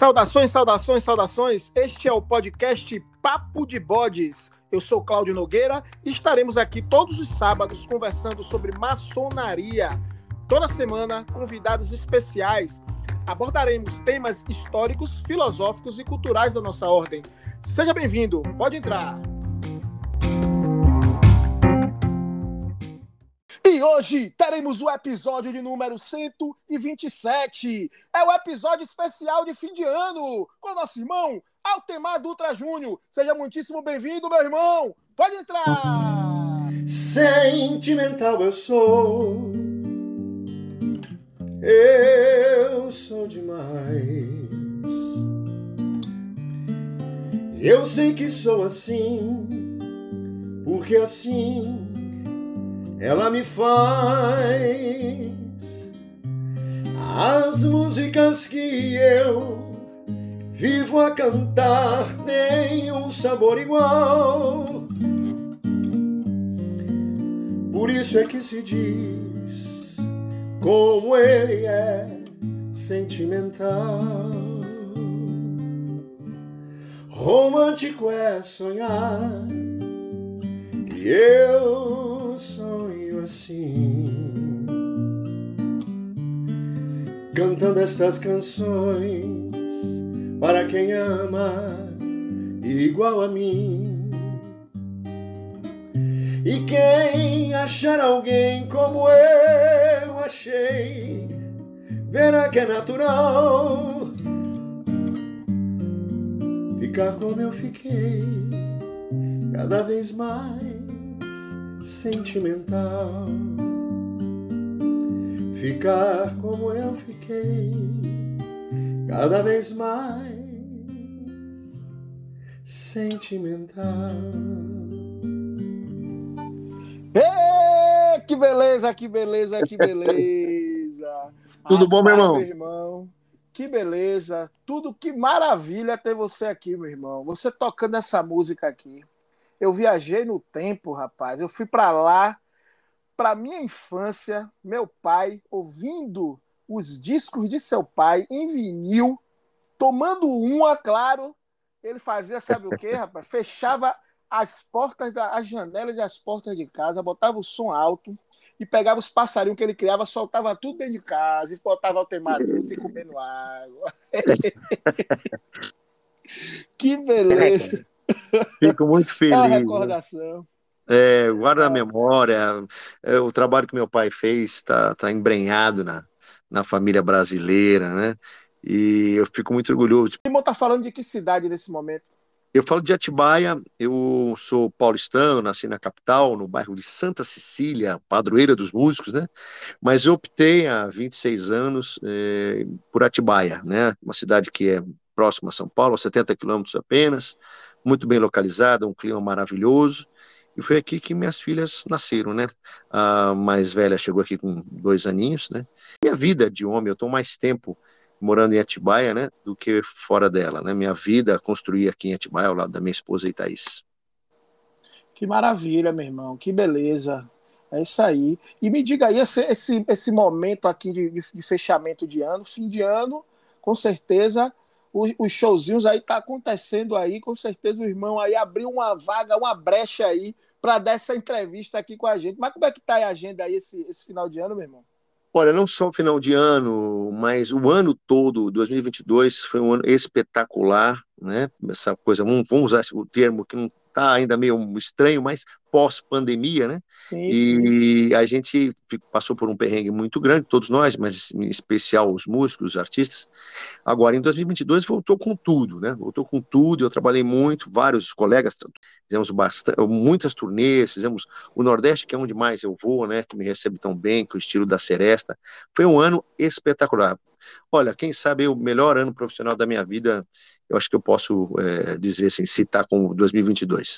Saudações, saudações, saudações. Este é o podcast Papo de Bodes. Eu sou Cláudio Nogueira e estaremos aqui todos os sábados conversando sobre maçonaria. Toda semana, convidados especiais. Abordaremos temas históricos, filosóficos e culturais da nossa ordem. Seja bem-vindo, pode entrar. E hoje teremos o episódio de número 127. É o episódio especial de fim de ano com nosso irmão Altemar Dutra Júnior. Seja muitíssimo bem-vindo, meu irmão. Pode entrar. Sentimental eu sou demais. Eu sei que sou assim, porque assim ela me faz. As músicas que eu vivo a cantar têm um sabor igual. Por isso é que se diz como ele é sentimental. Romântico é sonhar, e eu sonho assim, cantando estas canções para quem ama igual a mim. E quem achar alguém como eu achei, verá que é natural ficar como eu fiquei, cada vez mais sentimental. Ficar como eu fiquei, cada vez mais sentimental. Que beleza, que beleza, que beleza. Tudo bom, meu irmão? Meu irmão? Que beleza, que maravilha ter você aqui, meu irmão. Você tocando essa música aqui. Eu viajei no tempo, rapaz. Eu fui para lá, para minha infância, meu pai, ouvindo os discos de seu pai em vinil, tomando uma, claro. Ele fazia, sabe o quê, rapaz? Fechava as portas, as janelas e as portas de casa, botava o som alto e pegava os passarinhos que ele criava, soltava tudo dentro de casa e botava Altemar Dutra e comendo água. Que beleza! Fico muito feliz. É uma recordação. Guardo na memória. O trabalho que meu pai fez tá embrenhado na família brasileira, né? E eu fico muito orgulhoso. O irmão tá falando de que cidade nesse momento? Eu falo de Atibaia, eu sou paulistano, nasci na capital, no bairro de Santa Cecília, padroeira dos músicos, né? Mas eu optei há 26 anos por Atibaia, né? Uma cidade que é próxima a São Paulo, a 70 quilômetros apenas, muito bem localizada, um clima maravilhoso. E foi aqui que minhas filhas nasceram, né? A mais velha chegou aqui com 2 aninhos, né? Minha vida de homem, eu estou mais tempo morando em Atibaia, né, do que fora dela, né? Minha vida construí aqui em Atibaia ao lado da minha esposa Thaís. Que maravilha, meu irmão, que beleza. É isso aí. E me diga aí, esse momento aqui de fechamento de ano, fim de ano, com certeza, os showzinhos aí tá acontecendo aí, com certeza o irmão aí abriu uma vaga, uma brecha aí para dar essa entrevista aqui com a gente. Mas como é que tá a agenda aí esse final de ano, meu irmão? Olha, não só o final de ano, mas o ano todo, 2022, foi um ano espetacular, né? Essa coisa, vamos usar o termo que não está ainda meio estranho, mas pós-pandemia, né? Sim, sim. E a gente passou por um perrengue muito grande, todos nós, mas em especial os músicos, os artistas. Agora, em 2022, voltou com tudo, né? Voltou com tudo, eu trabalhei muito, vários colegas, fizemos muitas turnês, fizemos o Nordeste, que é onde mais eu vou, né? Que me recebe tão bem, com o estilo da Seresta. Foi um ano espetacular. Olha, quem sabe o melhor ano profissional da minha vida, eu acho que eu posso dizer assim, citar como 2022.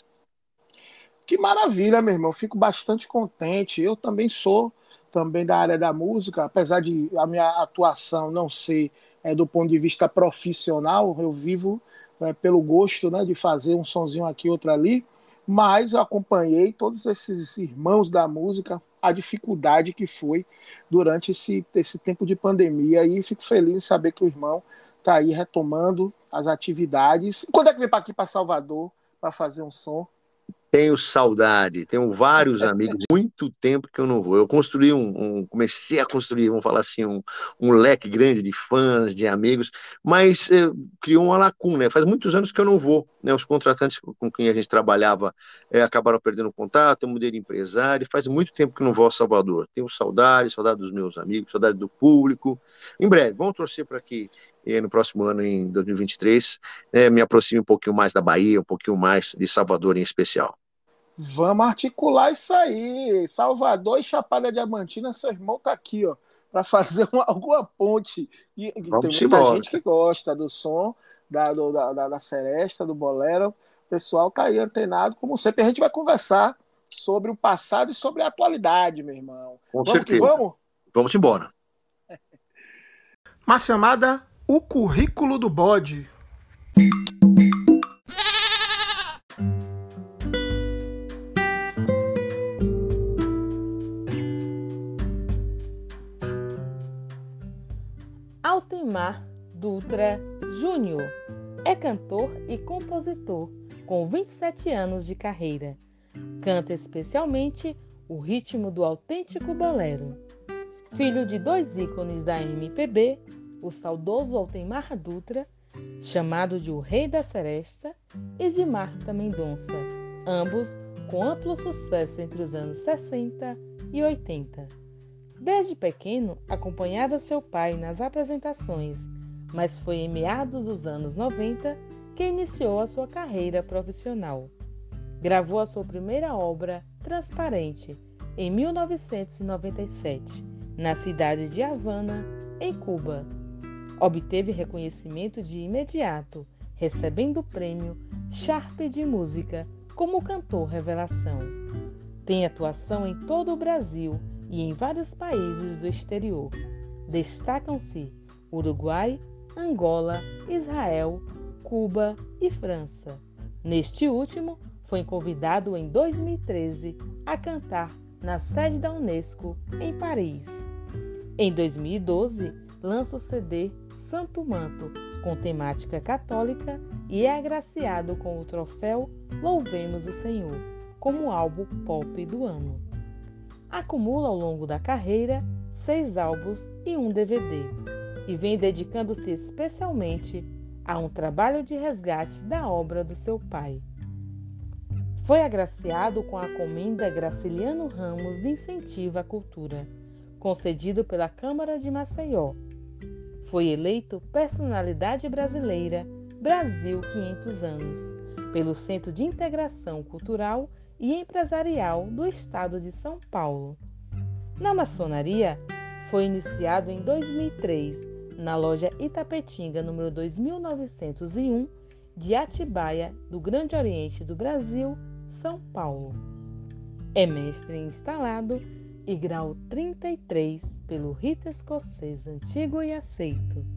Que maravilha, meu irmão. Fico bastante contente. Eu também sou também da área da música, apesar de a minha atuação não ser do ponto de vista profissional, eu vivo pelo gosto, né, de fazer um sonzinho aqui, outro ali, mas eu acompanhei todos esses irmãos da música, a dificuldade que foi durante esse tempo de pandemia, e fico feliz em saber que o irmão tá aí retomando as atividades. Quando é que vem para aqui, para Salvador, para fazer um som? Tenho saudade, tenho vários amigos, muito tempo que eu não vou. Eu construí comecei a construir, vamos falar assim, um leque grande de fãs, de amigos, mas criou uma lacuna, né? Faz muitos anos que eu não vou, né? Os contratantes com quem a gente trabalhava acabaram perdendo contato, eu mudei de empresário, faz muito tempo que eu não vou a Salvador. Tenho saudade, saudade dos meus amigos, saudade do público. Em breve, vamos torcer para que no próximo ano, em 2023, me aproxime um pouquinho mais da Bahia, um pouquinho mais de Salvador em especial. Vamos articular isso aí. Salvador e Chapada Diamantina, seu irmão tá aqui, ó, para fazer alguma ponte. E tem Vamos muita embora. gente que gosta do som, da seresta, do bolero. O pessoal tá aí antenado. Como sempre, a gente vai conversar sobre o passado e sobre a atualidade, meu irmão. Com Vamos certeza. que vamos? Vamos embora. Uma chamada O Currículo do Bode. Altemar Dutra Júnior é cantor e compositor com 27 anos de carreira. Canta especialmente o ritmo do autêntico bolero. Filho de 2 ícones da MPB, o saudoso Altemar Dutra, chamado de o Rei da Seresta, e de Marta Mendonça, ambos com amplo sucesso entre os anos 60 e 80. Desde pequeno, acompanhava seu pai nas apresentações, mas foi em meados dos anos 90 que iniciou a sua carreira profissional. Gravou a sua primeira obra, Transparente, em 1997, na cidade de Havana, em Cuba. Obteve reconhecimento de imediato, recebendo o prêmio Sharp de Música como cantor revelação. Tem atuação em todo o Brasil e em vários países do exterior. Destacam-se Uruguai, Angola, Israel, Cuba e França. Neste último, foi convidado em 2013 a cantar na sede da Unesco, em Paris. Em 2012, lança o CD Santo Manto, com temática católica, e é agraciado com o troféu Louvemos o Senhor, como álbum pop do ano. Acumula ao longo da carreira 6 álbuns e 1 DVD, e vem dedicando-se especialmente a um trabalho de resgate da obra do seu pai. Foi agraciado com a Comenda Graciliano Ramos de Incentivo à Cultura, concedido pela Câmara de Maceió. Foi eleito Personalidade Brasileira Brasil 500 anos, pelo Centro de Integração Cultural e Empresarial do Estado de São Paulo. Na maçonaria, foi iniciado em 2003, na loja Itapetinga, número 2901, de Atibaia, do Grande Oriente do Brasil, São Paulo. É mestre instalado e grau 33 pelo rito escocês antigo e aceito.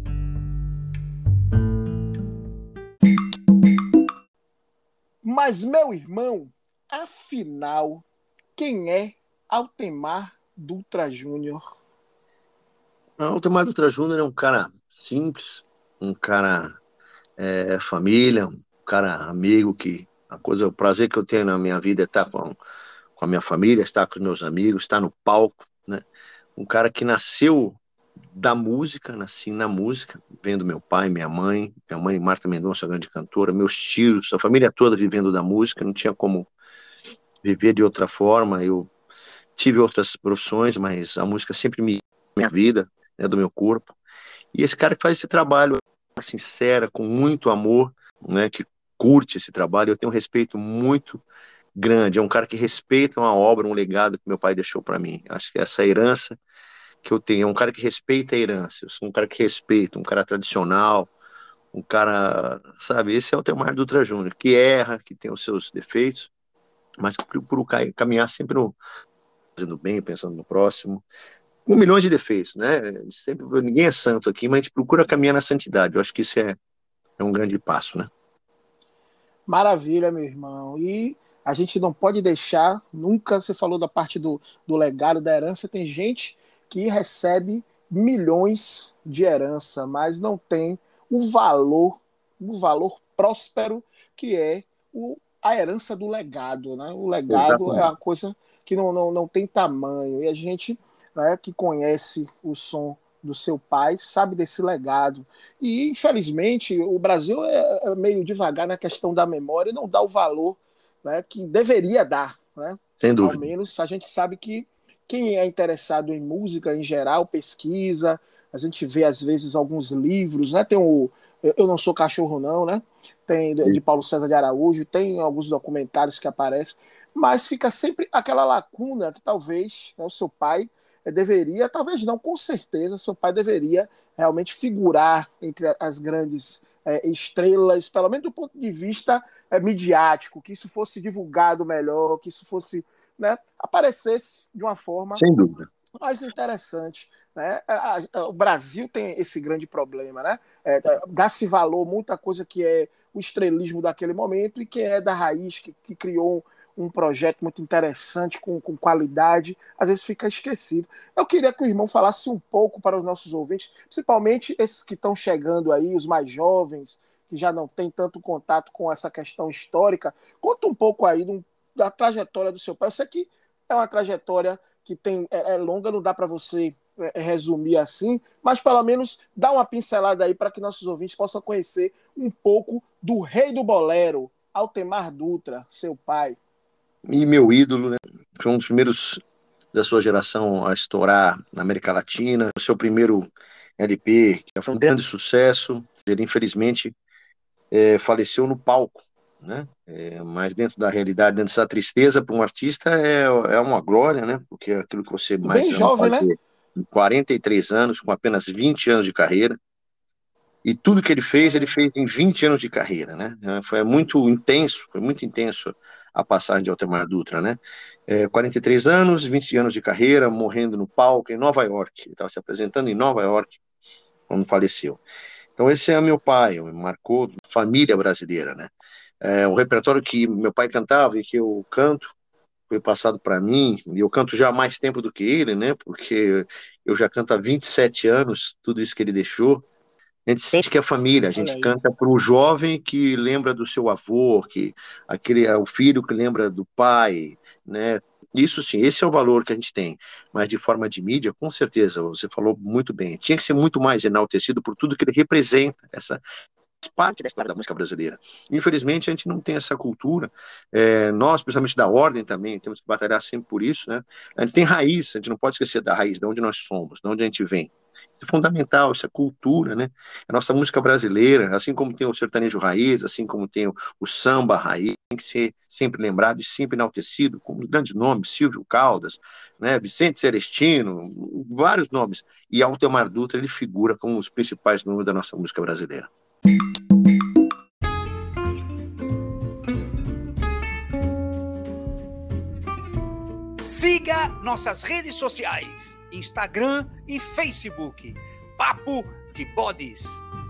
Mas, meu irmão, afinal, quem é Altemar Dutra Júnior? O Tomás Dutra Júnior é um cara simples, um cara família, um cara amigo, o prazer que eu tenho na minha vida é estar com a minha família, estar com os meus amigos, estar no palco, né? Um cara que nasceu da música, nasci na música, vendo meu pai, minha mãe Marta Mendonça, grande cantora, meus tios, a família toda vivendo da música, não tinha como viver de outra forma. Eu tive outras profissões, mas a música sempre minha vida, né, do meu corpo. E esse cara que faz esse trabalho sincera, com muito amor, né, que curte esse trabalho, eu tenho um respeito muito grande. É um cara que respeita uma obra, um legado que meu pai deixou para mim. Acho que essa herança que eu tenho é um cara que respeita a herança. Eu sou um cara que respeita, um cara tradicional, um cara, sabe, esse é o Altemar Dutra Júnior, que erra, que tem os seus defeitos, mas que procura caminhar sempre fazendo bem, pensando no próximo, com milhões de defeitos, né? Sempre, ninguém é santo aqui, mas a gente procura caminhar na santidade. Eu acho que isso é um grande passo, né? Maravilha, meu irmão. E a gente não pode deixar, nunca, você falou da parte do legado, da herança, tem gente que recebe milhões de herança, mas não tem o valor próspero que é a herança do legado, né? O legado é Exatamente. uma coisa que não tem tamanho. E a gente, né, que conhece o som do seu pai sabe desse legado. E, infelizmente, o Brasil é meio devagar na questão da memória e não dá o valor, né, que deveria dar. Né? Sem Ao dúvida. menos a gente sabe que quem é interessado em música em geral pesquisa, a gente vê às vezes alguns livros, né? Tem o Eu Não Sou Cachorro Não, né? Tem de Paulo César de Araújo, tem alguns documentários que aparecem, mas fica sempre aquela lacuna que talvez, né, o seu pai deveria, talvez não, com certeza, seu pai deveria realmente figurar entre as grandes estrelas, pelo menos do ponto de vista midiático, que isso fosse divulgado melhor, que isso fosse, né, aparecesse de uma forma Sem dúvida. mais interessante. Né? O Brasil tem esse grande problema, né? Dá-se valor muita coisa que é o estrelismo daquele momento e que é da raiz, que criou um projeto muito interessante, com qualidade, às vezes fica esquecido. Eu queria que o irmão falasse um pouco para os nossos ouvintes, principalmente esses que estão chegando aí, os mais jovens, que já não têm tanto contato com essa questão histórica. Conta um pouco aí da trajetória do seu pai. Eu sei que é uma trajetória que é longa, não dá para você resumir assim, mas pelo menos dá uma pincelada aí para que nossos ouvintes possam conhecer um pouco do rei do bolero, Altemar Dutra, seu pai. E meu ídolo, né? Foi um dos primeiros da sua geração a estourar na América Latina. O seu primeiro LP, que foi um grande sucesso. Ele, infelizmente, faleceu no palco, né? Mas dentro da realidade, dentro dessa tristeza, para um artista é uma glória, né? Porque é aquilo que você mais Bem ama jovem, né? fazer. Com 43 anos, com apenas 20 anos de carreira. E tudo que ele fez em 20 anos de carreira, né? Foi muito intenso a passagem de Altemar Dutra, né? 43 anos, 20 anos de carreira, morrendo no palco em Nova York. Ele estava se apresentando em Nova York quando faleceu. Então esse é meu pai, me marcou a família brasileira, né? O repertório que meu pai cantava e que eu canto foi passado para mim, e eu canto já há mais tempo do que ele, né? Porque eu já canto há 27 anos, tudo isso que ele deixou. A gente sente que é família, a Olha gente aí. canta para o jovem que lembra do seu avô, que aquele é o filho que lembra do pai, né? Isso sim, esse é o valor que a gente tem. Mas de forma de mídia, com certeza, você falou muito bem. Tinha que ser muito mais enaltecido por tudo que ele representa, essa parte da história da música brasileira. Infelizmente, a gente não tem essa cultura. Nós, principalmente da ordem também, temos que batalhar sempre por isso, né? A gente tem raiz, a gente não pode esquecer da raiz, de onde nós somos, de onde a gente vem. Isso é fundamental, isso é cultura, né? A nossa música brasileira, assim como tem o sertanejo raiz, assim como tem o samba raiz, tem que ser sempre lembrado e sempre enaltecido, com grandes nomes, Silvio Caldas, né? Vicente Celestino, vários nomes. E Altemar Dutra, ele figura como os principais nomes da nossa música brasileira. Siga nossas redes sociais, Instagram e Facebook. Papo de Bodes.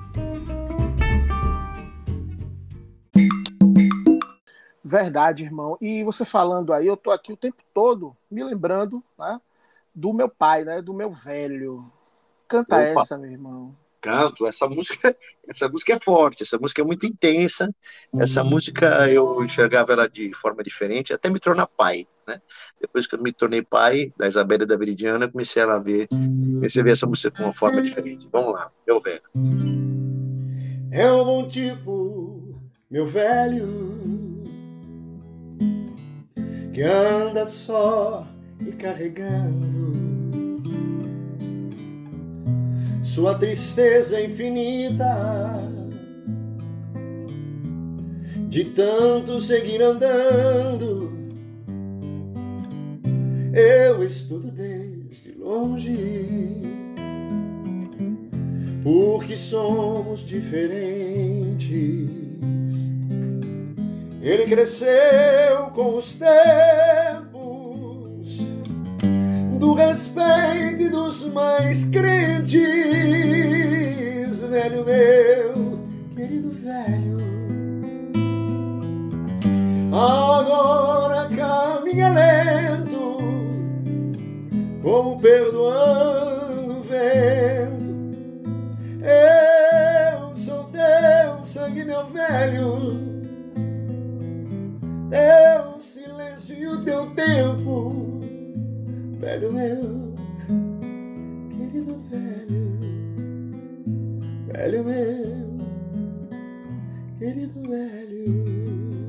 Verdade, irmão. E você falando aí, eu tô aqui o tempo todo me lembrando, né, do meu pai, né, do meu velho. Canta Opa, essa, meu irmão. canto, essa música é forte, essa música é muito intensa, essa música eu enxergava ela de forma diferente, até me tornar pai, né? Depois que eu me tornei pai da Isabela e da Veridiana, comecei a ver essa música de uma forma diferente. Vamos lá, meu velho. É um bom tipo, meu velho, que anda só e carregando sua tristeza infinita, de tanto seguir andando. Eu estudo desde longe, porque somos diferentes. Ele cresceu com os tempos do respeito e dos mais crentes. Velho meu, querido velho, agora caminha lento, como perdoando vento. Eu sou teu sangue, meu velho, teu silêncio e o teu tempo, velho meu, querido velho, velho meu, querido velho.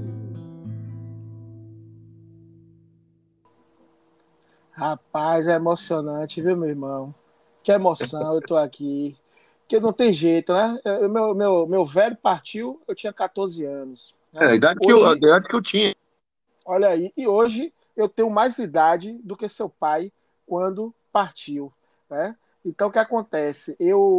Rapaz, é emocionante, viu, meu irmão? Que emoção, eu tô aqui. Porque não tem jeito, né? Meu velho partiu, eu tinha 14 anos. É, Né? a idade a Hoje, idade que eu tinha. olha aí, e hoje eu tenho mais idade do que seu pai quando partiu, né? Então, o que acontece?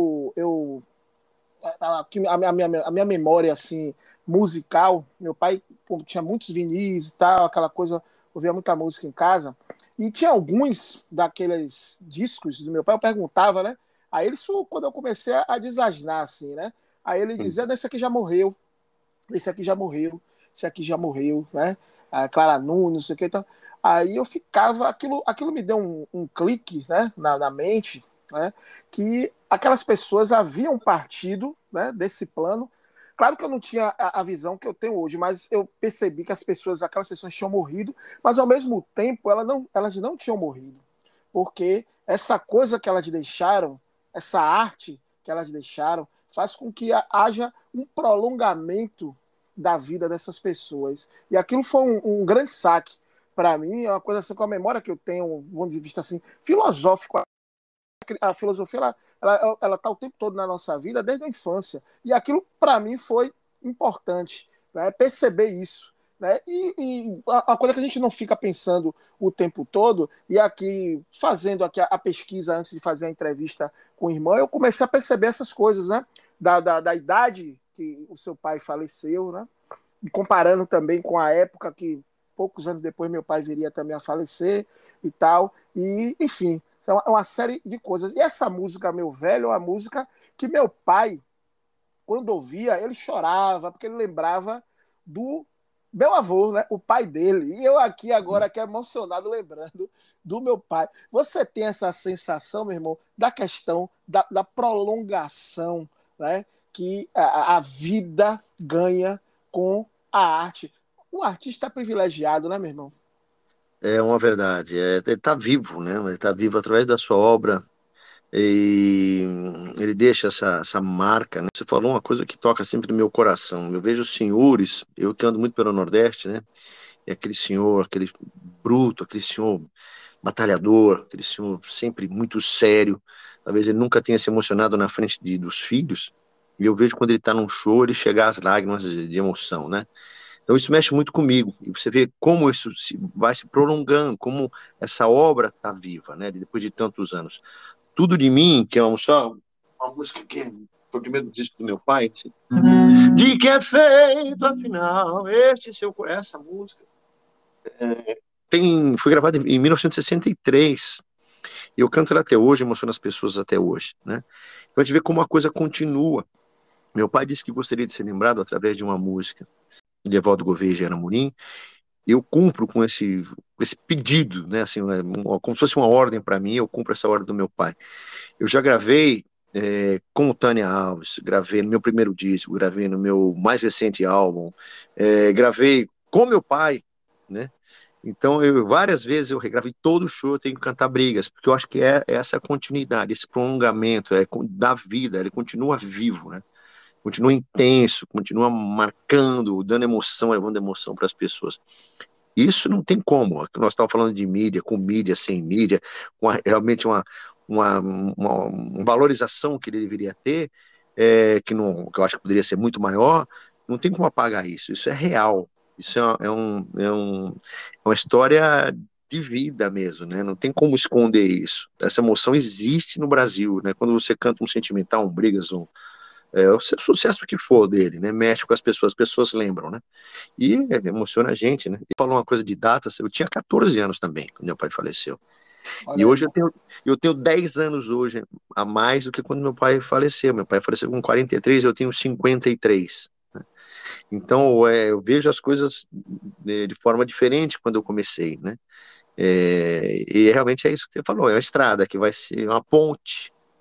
A minha memória, assim, musical, meu pai tinha muitos vinis e tal, aquela coisa, ouvia muita música em casa, e tinha alguns daqueles discos do meu pai, eu perguntava, né? Aí isso, quando eu comecei a desasnar, assim, né? Aí ele dizia, esse aqui já morreu, esse aqui já morreu, esse aqui já morreu, né? A Clara Nunes, não sei o que. Então, aí eu ficava, aquilo me deu um clique, né, na mente, né, que aquelas pessoas haviam partido, né, desse plano. Claro que eu não tinha a visão que eu tenho hoje, mas eu percebi que aquelas pessoas tinham morrido, mas ao mesmo tempo elas não tinham morrido, porque essa coisa que elas deixaram, essa arte que elas deixaram, faz com que haja um prolongamento da vida dessas pessoas. E aquilo foi um grande saque para mim, é uma coisa assim com a memória que eu tenho, um ponto de vista assim filosófico. A filosofia ela tá o tempo todo na nossa vida, desde a infância. E aquilo para mim foi importante, né? Perceber isso. Né? E a coisa que a gente não fica pensando o tempo todo, e aqui, fazendo aqui a pesquisa antes de fazer a entrevista com o irmão, eu comecei a perceber essas coisas, né? Da idade que o seu pai faleceu, né? E comparando também com a época que poucos anos depois meu pai viria também a falecer e tal, e enfim, é uma série de coisas. E essa música, Meu Velho, é uma música que meu pai, quando ouvia, ele chorava, porque ele lembrava do meu avô, né? O pai dele. E eu aqui agora, aqui emocionado, lembrando do meu pai. Você tem essa sensação, meu irmão, da questão da prolongação, né? Que a vida ganha com a arte. O artista é privilegiado, né, meu irmão? É uma verdade. Ele está vivo, né? Ele está vivo através da sua obra e ele deixa essa marca, né? Você falou uma coisa que toca sempre no meu coração. Eu vejo os senhores, eu que ando muito pelo Nordeste, né? E aquele senhor, aquele bruto, aquele senhor batalhador, aquele senhor sempre muito sério. Talvez ele nunca tenha se emocionado na frente dos filhos. E eu vejo quando ele está num show, ele chegar às lágrimas de emoção, né? Então isso mexe muito comigo. E você vê como isso vai se prolongando, como essa obra está viva, né? Depois de tantos anos. Tudo de Mim, que é só uma música que foi o primeiro disco do meu pai, assim, de que é feito, afinal, essa música foi gravada em 1963. E eu canto ela até hoje, emociona as pessoas até hoje, né? Então a gente vê como a coisa continua. Meu pai disse que gostaria de ser lembrado através de uma música de Evaldo Gouveia e Gera Amorim. Eu cumpro com esse pedido, né? Assim, como se fosse uma ordem para mim, eu cumpro essa ordem do meu pai. Eu já gravei com o Tânia Alves, gravei no meu primeiro disco, gravei no meu mais recente álbum, gravei com meu pai, né? Então, várias vezes eu regravei todo o show, eu tenho que cantar Brigas, porque eu acho que é essa continuidade, esse prolongamento da vida, ele continua vivo, né? Continua intenso, continua marcando, dando emoção, levando emoção para as pessoas. Isso não tem como. Nós estávamos falando de mídia, com mídia, sem mídia, realmente uma valorização que ele deveria ter, que eu acho que poderia ser muito maior. Não tem como apagar isso. Isso é real. Isso é uma história de vida mesmo, né? Não tem como esconder isso. Essa emoção existe no Brasil, né? Quando você canta um sentimental, um Brigas, o sucesso que for dele, né? Mexe com as pessoas lembram, né? E emociona a gente, né? E falou uma coisa de datas, eu tinha 14 anos também, quando meu pai faleceu. Olha E aí. hoje eu tenho 10 anos hoje a mais do que quando meu pai faleceu. Meu pai faleceu com 43, eu tenho 53. Né? Então, eu vejo as coisas de forma diferente quando eu comecei, né? E realmente é isso que você falou, é uma estrada que vai ser uma ponte,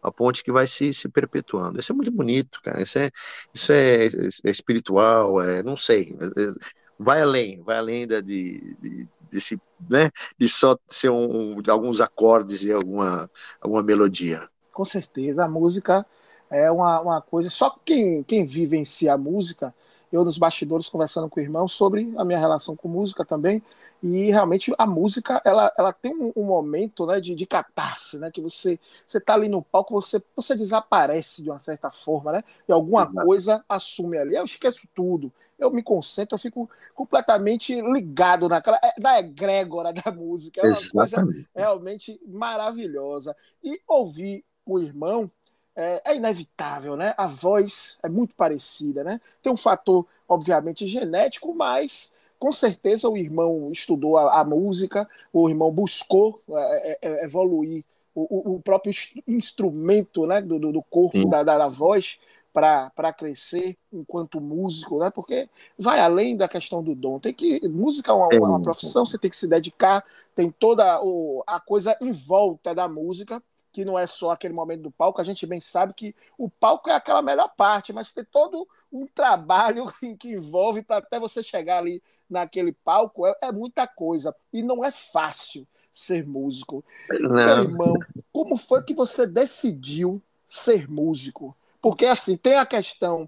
uma ponte que vai se perpetuando. Isso é muito bonito, cara. Isso é espiritual, não sei. Vai além desse, né, de só ser de alguns acordes e alguma melodia. Com certeza, a música é uma coisa. Só quem vivencia a música, eu nos bastidores conversando com o irmão sobre a minha relação com música também, e realmente a música ela tem um momento, né, de catarse, né, que você tá ali no palco, você desaparece de uma certa forma, né, e alguma Exato. coisa assume ali. Eu esqueço tudo, eu me concentro, eu fico completamente ligado na egrégora da música. É uma coisa Exatamente. realmente maravilhosa. E ouvir o irmão é inevitável, né? A voz é muito parecida, né? Tem um fator, obviamente, genético, mas com certeza o irmão estudou a música, o irmão buscou evoluir o próprio instrumento, né, do corpo, Sim. da voz, para crescer enquanto músico, né? Porque vai além da questão do dom. Música é uma profissão, você tem que se dedicar, tem toda a coisa em volta da música, que não é só aquele momento do palco. A gente bem sabe que o palco é aquela melhor parte, mas tem todo um trabalho que envolve para até você chegar ali naquele palco, é muita coisa. E não é fácil ser músico. Meu Não. irmão, como foi que você decidiu ser músico? Porque assim, tem a questão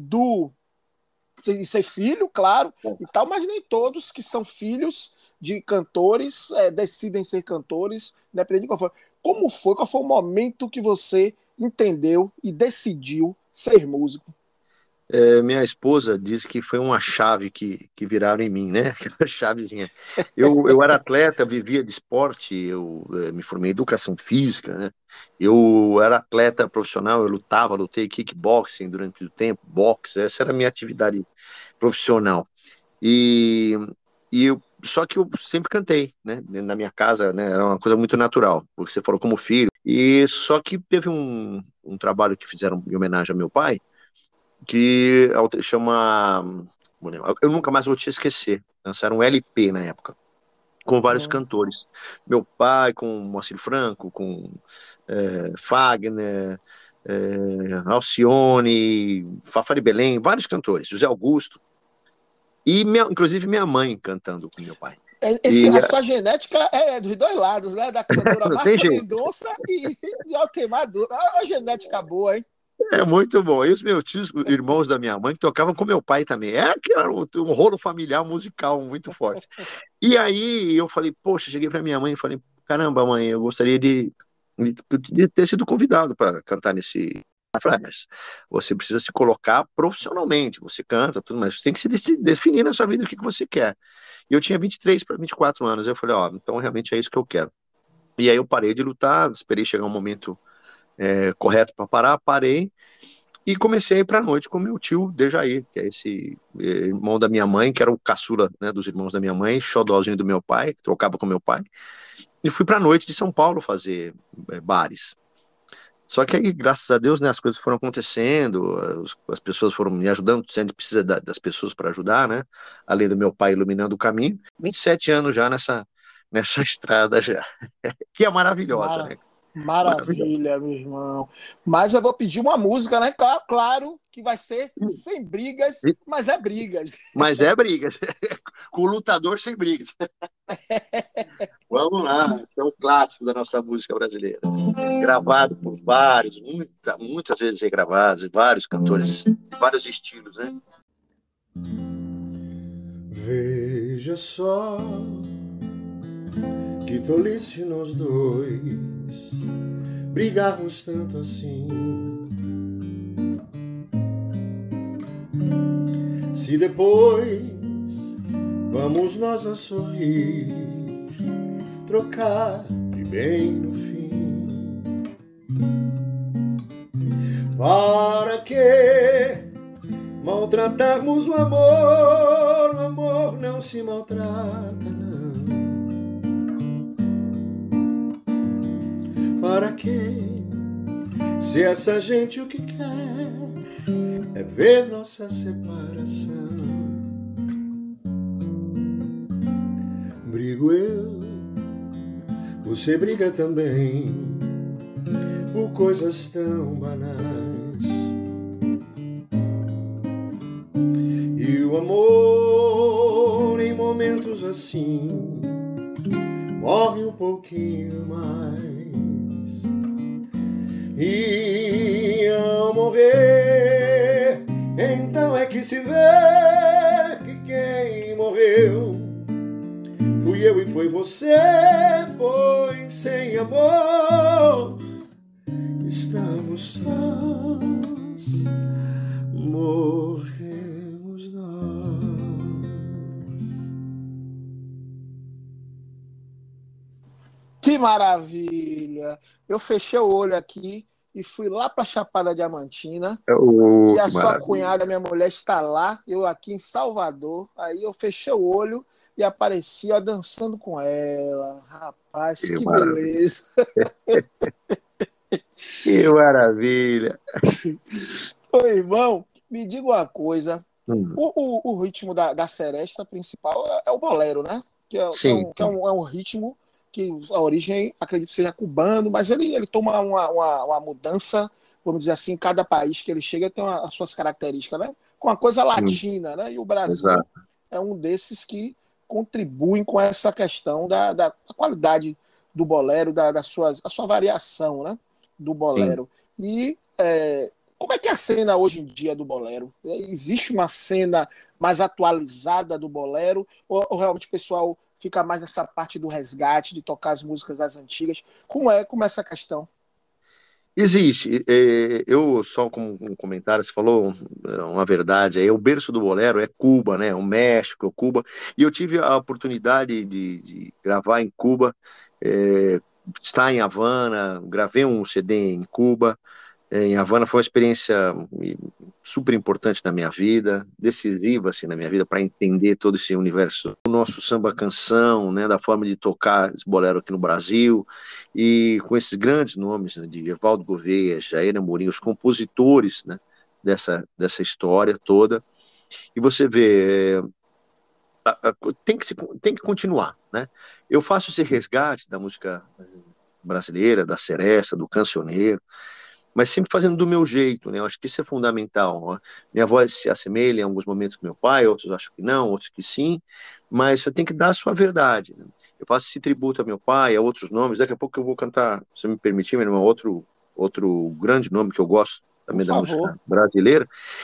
de ser filho, claro, e tal, mas nem todos que são filhos de cantores decidem ser cantores, independente de qual for. Qual foi o momento que você entendeu e decidiu ser músico? Minha esposa diz que foi uma chave que viraram em mim, né? Aquela chavezinha. Eu era atleta, vivia de esporte, eu me formei em educação física, né? Eu era atleta profissional, eu lutei kickboxing durante o tempo, boxe, essa era a minha atividade profissional. E, só que eu sempre cantei, né? Na minha casa, né? Era uma coisa muito natural, porque você falou como filho. E só que teve um trabalho que fizeram em homenagem ao meu pai, que chama. Eu nunca mais vou te esquecer. Lançaram um LP na época, com vários cantores. Meu pai, com Moacir Franco, com Fagner, Alcione, Fafá de Belém, vários cantores, José Augusto. E inclusive minha mãe cantando com meu pai. A sua genética é dos dois lados, né? Da cantora Marta Mendonça e de Altemar Dutra. Olha a genética boa, hein? É muito bom. E os meus tios, irmãos da minha mãe, que tocavam com meu pai também. Era um rolo familiar musical muito forte. E aí eu falei, poxa, cheguei para minha mãe e falei, caramba, mãe, eu gostaria de ter sido convidado para cantar nesse. Ela falou, mas você precisa se colocar profissionalmente. Você canta, tudo, mas você tem que se definir na sua vida o que você quer. E eu tinha 23 para 24 anos. Eu falei, então realmente é isso que eu quero. E aí eu parei de lutar, esperei chegar um momento correto para parar, parei e comecei a ir para a noite com meu tio Dejair, que é esse irmão da minha mãe, que era o caçula, né, dos irmãos da minha mãe, xodózinho do meu pai, que trocava com meu pai, e fui para a noite de São Paulo fazer bares. Só que aí, graças a Deus, né, as coisas foram acontecendo, as pessoas foram me ajudando, sempre precisa das pessoas para ajudar, né, além do meu pai iluminando o caminho. 27 anos já nessa estrada já, que é maravilhosa, né? Maravilha, meu irmão. Mas eu vou pedir uma música, né? Claro que vai ser sem brigas, mas é brigas. Mas é brigas. Com o lutador sem brigas. Vamos lá. Esse é um clássico da nossa música brasileira. Gravado por vários, muitas vezes regravados, vários cantores, vários estilos, né? Veja só que tolice nós dois brigarmos tanto assim. Se depois vamos nós a sorrir, trocar de bem no fim. Para que maltratarmos o amor? O amor não se maltrata, não. Para quê? Se essa gente o que quer é ver nossa separação. Brigo eu, você briga também, por coisas tão banais. E o amor em momentos assim morre um pouquinho mais. E ao morrer, então é que se vê que quem morreu fui eu e foi você, pois sem amor estamos sós, morremos nós. Que maravilha! Eu fechei o olho aqui e fui lá para Chapada Diamantina, Oh, que a que sua maravilha. cunhada, minha mulher, está lá, eu aqui em Salvador. Aí eu fechei o olho e apareci, ó, dançando com ela. Rapaz, Que que maravilha. beleza! Que maravilha. Ô, irmão, me diga uma coisa. Hum, O ritmo da seresta principal é o bolero, né? sim, É um ritmo que a origem, acredito que seja cubano, mas ele toma uma mudança, vamos dizer assim, em cada país que ele chega tem as suas características, né? Com a coisa sim, latina, né? E o Brasil exato. é um desses que contribuem com essa questão da qualidade do bolero, a sua variação, né? Do Sim. bolero. E como é que é a cena hoje em dia do bolero? Existe uma cena mais atualizada do bolero? Ou realmente o pessoal fica mais nessa parte do resgate, de tocar as músicas das antigas? Como é essa questão? Existe. Eu, só como um comentário, você falou uma verdade, o berço do bolero é Cuba, né? O México, Cuba. E eu tive a oportunidade de gravar em Cuba, estar em Havana, gravei um CD em Cuba. Em Havana foi uma experiência super importante na minha vida, decisiva assim na minha vida para entender todo esse universo, o nosso samba canção, né, da forma de tocar esse bolero aqui no Brasil e com esses grandes nomes, né, de Evaldo Gouveia, Jair Amorim, os compositores, né, dessa história toda. E você vê tem que continuar, né? Eu faço esse resgate da música brasileira, da seresta, do cancioneiro, mas sempre fazendo do meu jeito, né? Eu acho que isso é fundamental. Ó. Minha voz se assemelha em alguns momentos com meu pai, outros acho que não, outros que sim, mas você tem que dar a sua verdade. Né? Eu faço esse tributo a meu pai, a outros nomes. Daqui a pouco eu vou cantar, se me permitir, meu irmão, outro grande nome que eu gosto Por também da favor. música brasileira.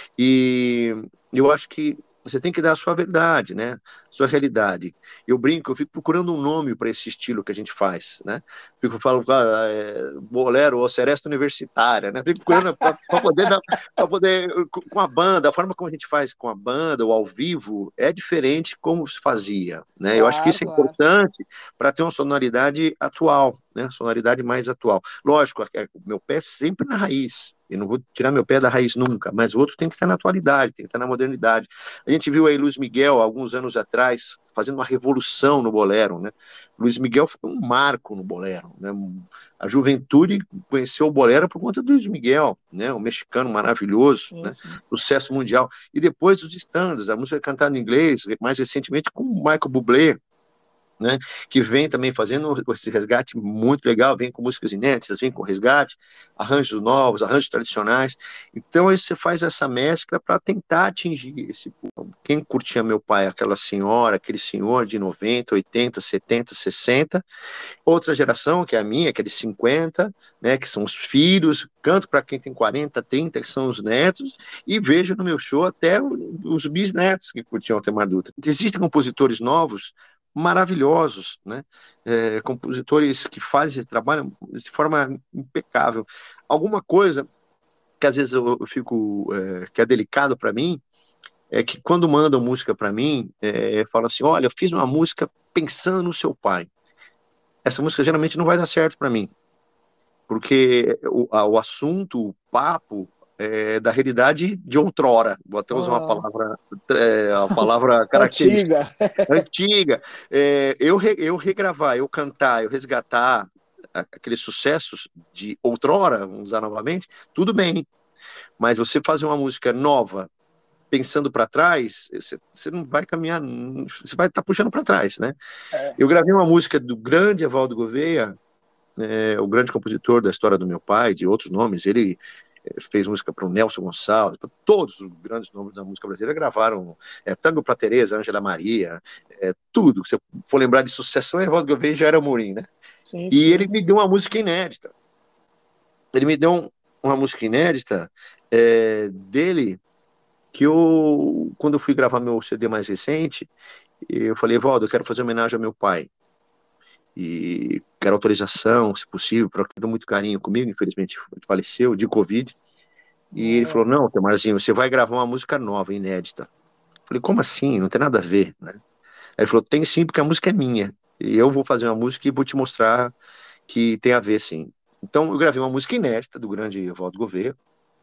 E eu acho que você tem que dar a sua verdade, né? Sua realidade. Eu brinco, eu fico procurando um nome para esse estilo que a gente faz, né? Fico falando, bolero ou seresta universitária, né? Fico procurando para poder dar, para poder com a banda, a forma como a gente faz com a banda ou ao vivo é diferente como se fazia, né? Eu acho que Claro, isso é claro. importante para ter uma sonoridade atual, né? Sonoridade mais atual. Lógico, o meu pé sempre na raiz. Eu não vou tirar meu pé da raiz nunca, mas o outro tem que estar na atualidade, tem que estar na modernidade. A gente viu aí Luiz Miguel, alguns anos atrás, fazendo uma revolução no bolero, né? Luiz Miguel foi um marco no bolero, né? A juventude conheceu o bolero por conta do Luiz Miguel, né? Um mexicano maravilhoso, Sim, né? sim. Sucesso mundial. E depois os standards, a música cantada em inglês, mais recentemente com o Michael Bublé, né, que vem também fazendo esse resgate muito legal, vem com músicas inéditas, vem com resgate, arranjos novos, arranjos tradicionais. Então aí você faz essa mescla para tentar atingir esse público. Quem curtia meu pai, aquela senhora, aquele senhor de 90, 80, 70, 60, outra geração, que é a minha, que é de 50, né, que são os filhos, canto para quem tem 40, 30, que são os netos, e vejo no meu show até os bisnetos que curtiam Altemar Dutra. Existem compositores novos maravilhosos, né? Compositores que fazem esse trabalho de forma impecável. Alguma coisa que às vezes eu fico que é delicado para mim é que quando mandam música para mim, falam assim, olha, eu fiz uma música pensando no seu pai. Essa música geralmente não vai dar certo para mim, porque o assunto, o papo é da realidade de outrora. Vou até usar Ah, uma palavra característica antiga. antiga. Eu regravar, eu cantar, eu resgatar aqueles sucessos de outrora, vamos usar novamente, tudo bem. Mas você fazer uma música nova, pensando para trás, você não vai caminhar, você vai estar puxando para trás, né? É. Eu gravei uma música do grande Evaldo Gouveia, o grande compositor da história do meu pai, de outros nomes. Ele fez música para o Nelson Gonçalves, para todos os grandes nomes da música brasileira gravaram Tango para Teresa, Ângela Maria, tudo. Se eu for lembrar de Sucessão, Evaldo Gouveia já era Amorim, né? Sim, E sim. ele me deu uma música inédita. Ele me deu uma música inédita dele, que quando eu fui gravar meu CD mais recente, eu falei, Evaldo, eu quero fazer homenagem ao meu pai. E quero autorização, se possível, porque ele deu muito carinho comigo, infelizmente ele faleceu de Covid. E ele falou, não, Temarzinho, você vai gravar uma música nova, inédita. Eu falei, como assim? Não tem nada a ver, né? Aí ele falou, tem sim, porque a música é minha. E eu vou fazer uma música e vou te mostrar que tem a ver, sim. Então eu gravei uma música inédita do grande Evaldo Gouveia,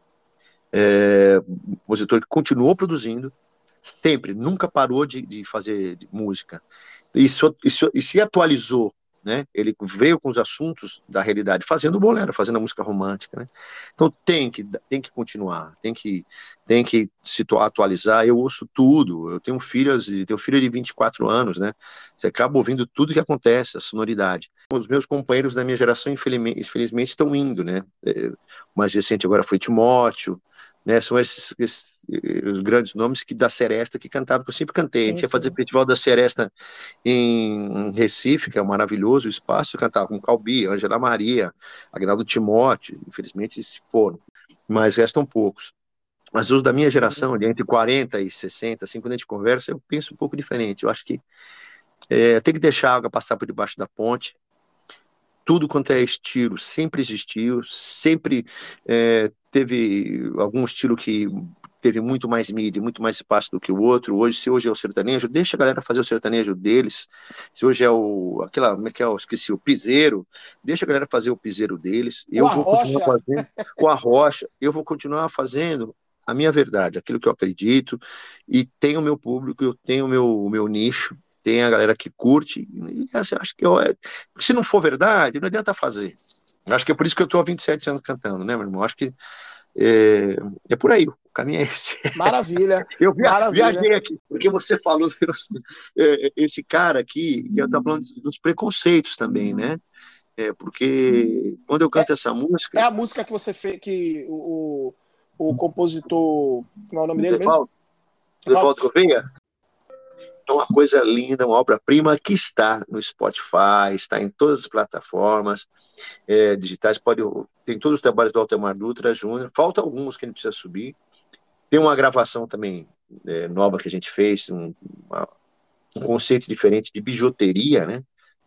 compositor que continuou produzindo, sempre, nunca parou de fazer música. E se atualizou, né? Ele veio com os assuntos da realidade, fazendo bolero, fazendo a música romântica, né? Então tem que continuar, tem que se atualizar. Eu ouço tudo, eu tenho filhas, tenho filha de 24 anos, né? Você acaba ouvindo tudo que acontece, a sonoridade. Os meus companheiros da minha geração, infelizmente, estão indo, né? O mais recente agora foi Timóteo, né? São esses os grandes nomes da Seresta que cantavam, que eu sempre cantei. A gente ia fazer festival da Seresta em Recife, que é um maravilhoso espaço, eu cantava com Calbi, Ângela Maria, Agnaldo Timóteo, infelizmente se foram, mas restam poucos. Mas os da minha geração, de entre 40 e 60, assim, quando a gente conversa, eu penso um pouco diferente. Eu acho que tem que deixar a água passar por debaixo da ponte. Tudo quanto é estilo sempre existiu, sempre teve algum estilo que teve muito mais mídia, muito mais espaço do que o outro. Se hoje é o sertanejo, deixa a galera fazer o sertanejo deles. Se hoje é como é que é, eu esqueci, o piseiro, deixa a galera fazer o piseiro deles. Eu vou continuar fazendo o arrocha, eu vou continuar fazendo a minha verdade, aquilo que eu acredito, e tenho o meu público, eu tenho o meu nicho, tem a galera que curte, e assim, acho que se não for verdade, não adianta fazer. Acho que é por isso que eu estou há 27 anos cantando, né, meu irmão? Acho que é por aí, o caminho é esse. Maravilha. Eu maravilha. viajei aqui, porque você falou esse cara aqui, e eu estava falando dos preconceitos também, né? Porque quando eu canto essa música. É a música que você fez, que o compositor. Como é o nome dele mesmo? Evaldo Gouveia? É uma coisa linda, uma obra-prima que está no Spotify, está em todas as plataformas digitais. Tem todos os trabalhos do Altemar Dutra Júnior. Falta alguns que a gente precisa subir. Tem uma gravação também nova que a gente fez, um conceito diferente de bijuteria, né?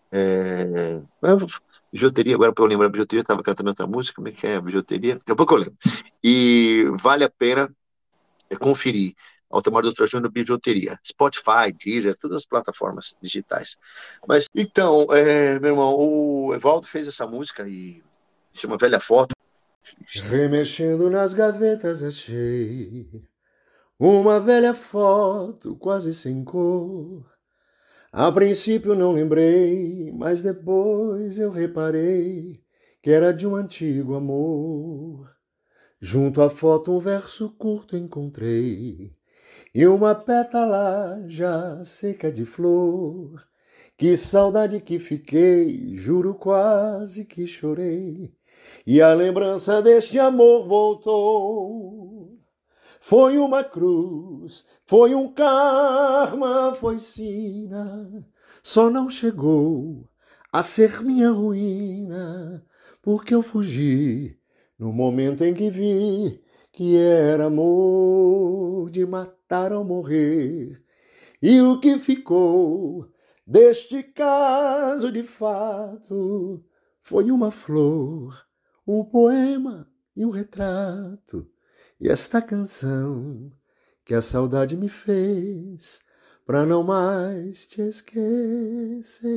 Bijuteria, agora para eu lembrar, bijuteria, eu estava cantando outra música, como é que é a bijuteria? Daqui a pouco eu lembro. E vale a pena conferir. Altemar Dutra Júnior, bijuteria. Spotify, Deezer, todas as plataformas digitais. Mas, então, meu irmão, o Evaldo fez essa música e chama Velha Foto. Remexendo nas gavetas achei uma velha foto quase sem cor. A princípio não lembrei, mas depois eu reparei que era de um antigo amor. Junto à foto um verso curto encontrei e uma pétala já seca de flor. Que saudade que fiquei, juro quase que chorei, e a lembrança deste amor voltou. Foi uma cruz, foi um karma, foi sina, só não chegou a ser minha ruína, porque eu fugi no momento em que vi que era amor de matar ou morrer. E o que ficou deste caso de fato foi uma flor, um poema e um retrato. E esta canção que a saudade me fez pra não mais te esquecer.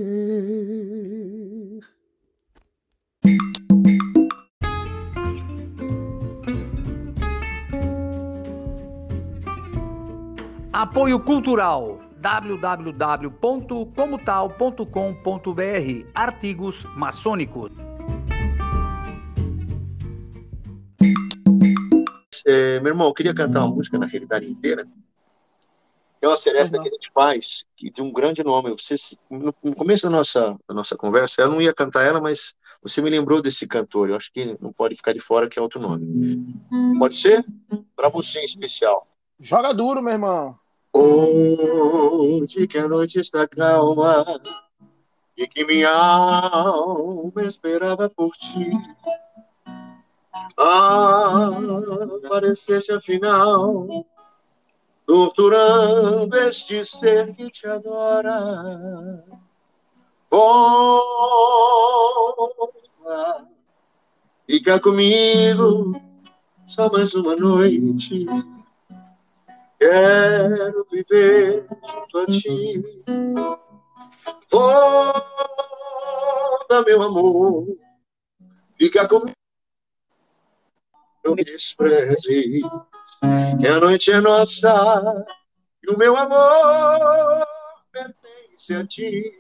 Apoio Cultural www.comotal.com.br. Artigos maçônicos. Meu irmão, eu queria cantar uma música na realidade inteira. É uma seresta que a gente faz, que tem um grande nome. No começo da nossa conversa, eu não ia cantar ela, mas você me lembrou desse cantor, eu acho que não pode ficar de fora, que é outro nome. Pode ser? Para você em especial. Joga duro, meu irmão. Hoje que a noite está calma e que minha alma esperava por ti, apareceste afinal, torturando este ser que te adora. Volta, fica comigo só mais uma noite. Quero viver junto a ti. Volta, meu amor, fica comigo, não me despreze, que a noite é nossa e o meu amor pertence a ti.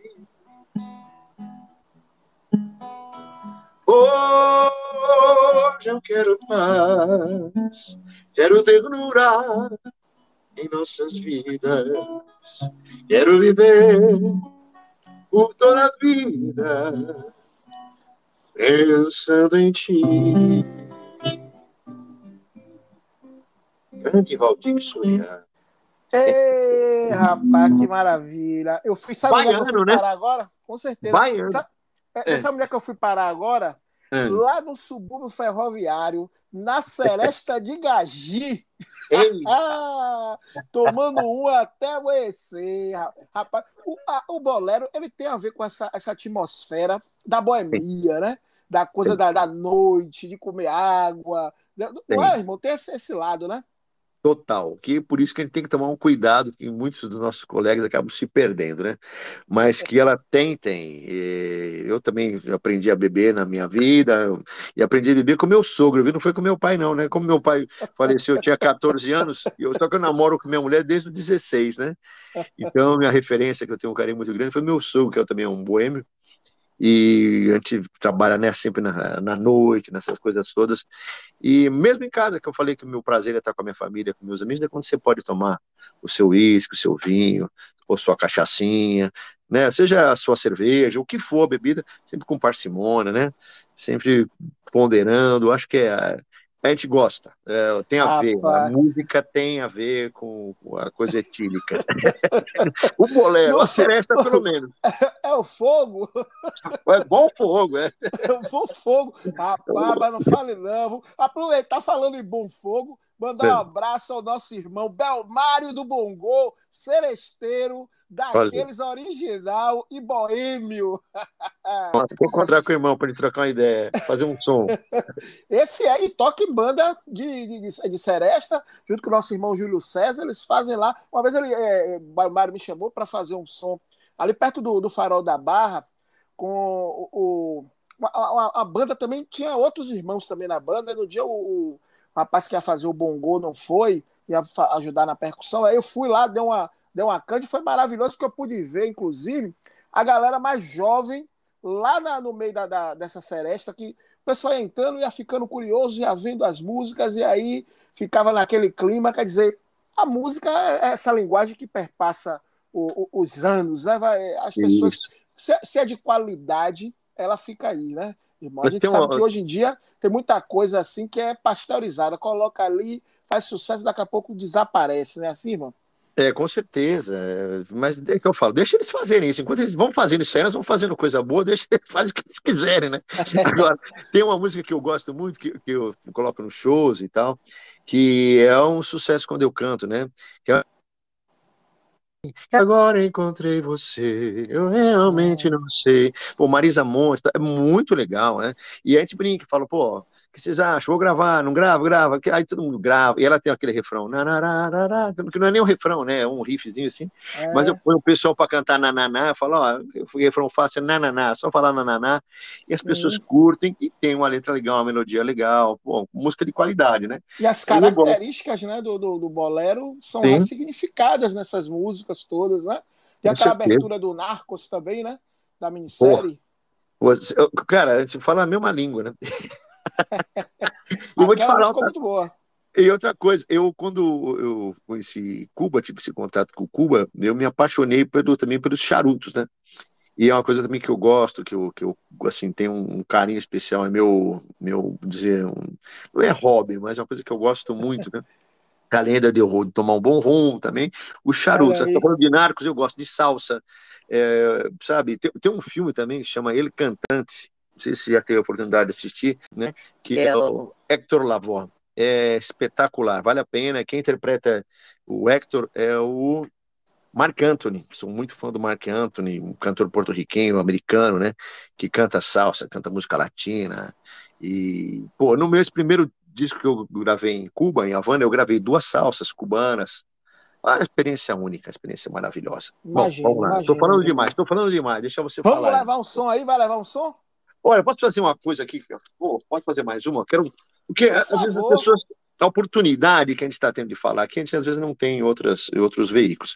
Hoje eu quero paz, quero ternura em nossas vidas, quero viver por toda a vida pensando em ti. Grande Valdir Soria. Ei, rapaz, que maravilha. Eu fui, sabe onde é que eu fui Baiano, né? parar agora? Com certeza. Baiano. Sabe onde é que eu fui parar agora? Lá no subúrbio ferroviário, na Seresta de Gagi. Tomando um até amanhecer. Rapaz, o bolero, ele tem a ver com essa atmosfera da boemia, né? Da coisa da noite, de comer água. Não é, irmão? Tem esse lado, né? Total, que por isso que a gente tem que tomar um cuidado, que muitos dos nossos colegas acabam se perdendo, né? Mas que ela tem. Eu também aprendi a beber na minha vida, e aprendi a beber com meu sogro, viu? Não foi com meu pai, não, né? Como meu pai faleceu, eu tinha 14 anos, só que eu namoro com minha mulher desde os 16, né? Então, minha referência, que eu tenho um carinho muito grande, foi meu sogro, que eu também é um boêmio, e a gente trabalha, né, sempre na noite, nessas coisas todas. E mesmo em casa, que eu falei que o meu prazer é estar com a minha família, com meus amigos, é quando você pode tomar o seu uísque, o seu vinho, ou sua cachaçinha, né? Seja a sua cerveja, o que for a bebida, sempre com parcimônia, né? Sempre ponderando. Acho que a gente gosta, tem a ver, a música tem a ver com a coisa etílica. O bolero, a seresta pelo menos. É o fogo? É bom fogo, é. É um bom fogo. Rapaz, mas não fale não. Vou aproveitar falando em bom fogo, mandar um abraço ao nosso irmão Belmário do Bongô, seresteiro, daqueles original e boêmio. Vou encontrar com o irmão para ele trocar uma ideia, fazer um som. Esse aí toca em banda de seresta, junto com o nosso irmão Júlio César. Eles fazem lá. Uma vez Belmário me chamou para fazer um som ali perto do Farol da Barra, com a banda também. Tinha outros irmãos também na banda. No dia o rapaz que ia fazer o bongô não foi, ia ajudar na percussão. Aí eu fui lá, dei uma canja, foi maravilhoso, porque eu pude ver, inclusive, a galera mais jovem lá no meio dessa seresta, que o pessoal ia entrando, ia ficando curioso, ia vendo as músicas, e aí ficava naquele clima. Quer dizer, a música é essa linguagem que perpassa os anos, né? As pessoas, se é de qualidade, ela fica aí, né, irmão? A gente sabe que hoje em dia tem muita coisa assim que é pasteurizada, coloca ali, faz sucesso, daqui a pouco desaparece, né, assim, irmão? Com certeza. Mas é que eu falo, deixa eles fazerem isso. Enquanto eles vão fazendo isso aí, nós vamos fazendo coisa boa, deixa eles fazerem o que eles quiserem, né? Agora, tem uma música que eu gosto muito, que eu coloco nos shows e tal, que é um sucesso quando eu canto, né? Que é... Agora encontrei você, eu realmente não sei. Pô, Marisa Monte, é muito legal, né? E a gente brinca, fala, pô, o que vocês acham? Vou gravar, não gravo? Grava. Aí todo mundo grava, e ela tem aquele refrão, que não é nem um refrão, né? É um riffzinho assim. Mas eu ponho o pessoal para cantar nananá, eu falo, ó, o refrão fácil é nananá, só falar nananá, e as pessoas curtem, e tem uma letra legal, uma melodia legal, pô, música de qualidade, né? E as características, né, do bolero são ressignificadas nessas músicas todas, né? Tem aquela abertura do Narcos também, né? Da minissérie. Cara, a gente fala a mesma língua, né? Eu vou te falar, ficou muito boa. E outra coisa, quando eu conheci Cuba, tive esse contato com Cuba, eu me apaixonei também pelos charutos, né? E é uma coisa também que eu gosto, que eu assim, tenho um carinho especial, é meu dizer, não é hobby, mas é uma coisa que eu gosto muito, né? Além de eu tomar um bom rum também, os charutos. Olha Você tá aí. falando de Narcos, eu gosto de salsa. Sabe, tem um filme também que chama El Cantante, não sei se você já teve a oportunidade de assistir, né? Que é o Hector Lavoe. É espetacular, vale a pena. Quem interpreta o Hector é o Marc Anthony. Sou muito fã do Marc Anthony, um cantor porto-riquenho, americano, né? Que canta salsa, canta música latina. E, pô, no meu primeiro disco que eu gravei em Cuba, em Havana, eu gravei 2 salsas cubanas. Uma experiência única, experiência maravilhosa. Bom, Imagino, vamos lá. Estou imagino, falando meu demais, irmão. estou falando demais. Deixa você Vamos falar aí. levar um som aí? Vai levar um som? Olha, posso fazer uma coisa aqui? Pô, pode fazer mais uma? Eu quero. Porque Por às vezes as favor. pessoas. A oportunidade que a gente está tendo de falar aqui, a gente às vezes não tem outros veículos.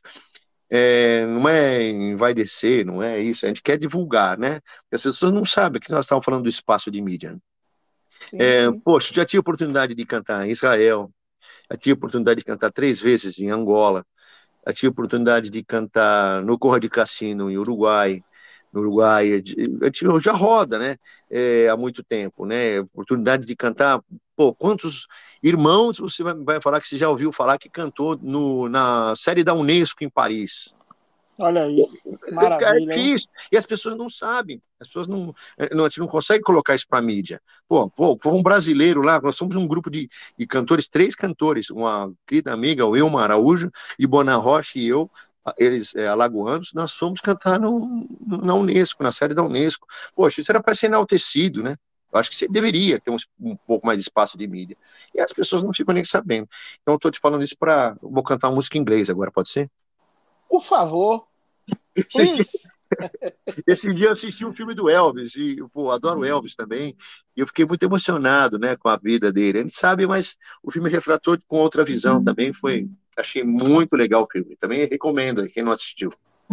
Não é envaidecer, não é isso. A gente quer divulgar, né? Porque as pessoas não sabem que nós estamos falando do espaço de mídia. Sim, sim. Poxa, já tive a oportunidade de cantar em Israel, já tive a oportunidade de cantar 3 vezes em Angola, já tive a oportunidade de cantar no Corra de Cassino, em Uruguai. No Uruguai, eu já roda, né? Há muito tempo, né? Oportunidade de cantar. Pô, quantos irmãos você vai falar que você já ouviu falar que cantou na série da Unesco em Paris? Olha aí. É Maravilha, hein? difícil. E as pessoas não sabem. As pessoas a gente não consegue colocar isso para a mídia. Pô, um brasileiro lá, nós somos um grupo de cantores, 3 cantores, uma querida amiga, o Wilma Araújo, e Bona Rocha e eu, eles alagoanos, nós fomos cantar na Unesco, na série da Unesco. Poxa, isso era para ser enaltecido, né? Eu acho que você deveria ter um pouco mais de espaço de mídia. E as pessoas não ficam nem sabendo. Então, eu estou te falando isso para. Vou cantar uma música em inglês agora, pode ser? Por favor, please. Esse dia eu assisti um filme do Elvis e, pô, adoro Elvis também. E eu fiquei muito emocionado, né, com a vida dele. A gente sabe, mas o filme retratou com outra visão também. Achei muito legal o filme. Também recomendo a quem não assistiu.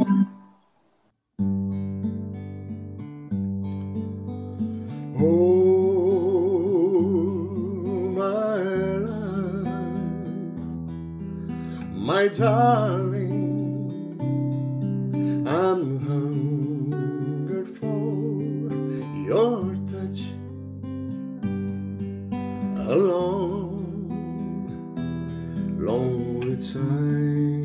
Oh, my love, my darling, I'm hungered for your touch. A long, lonely time,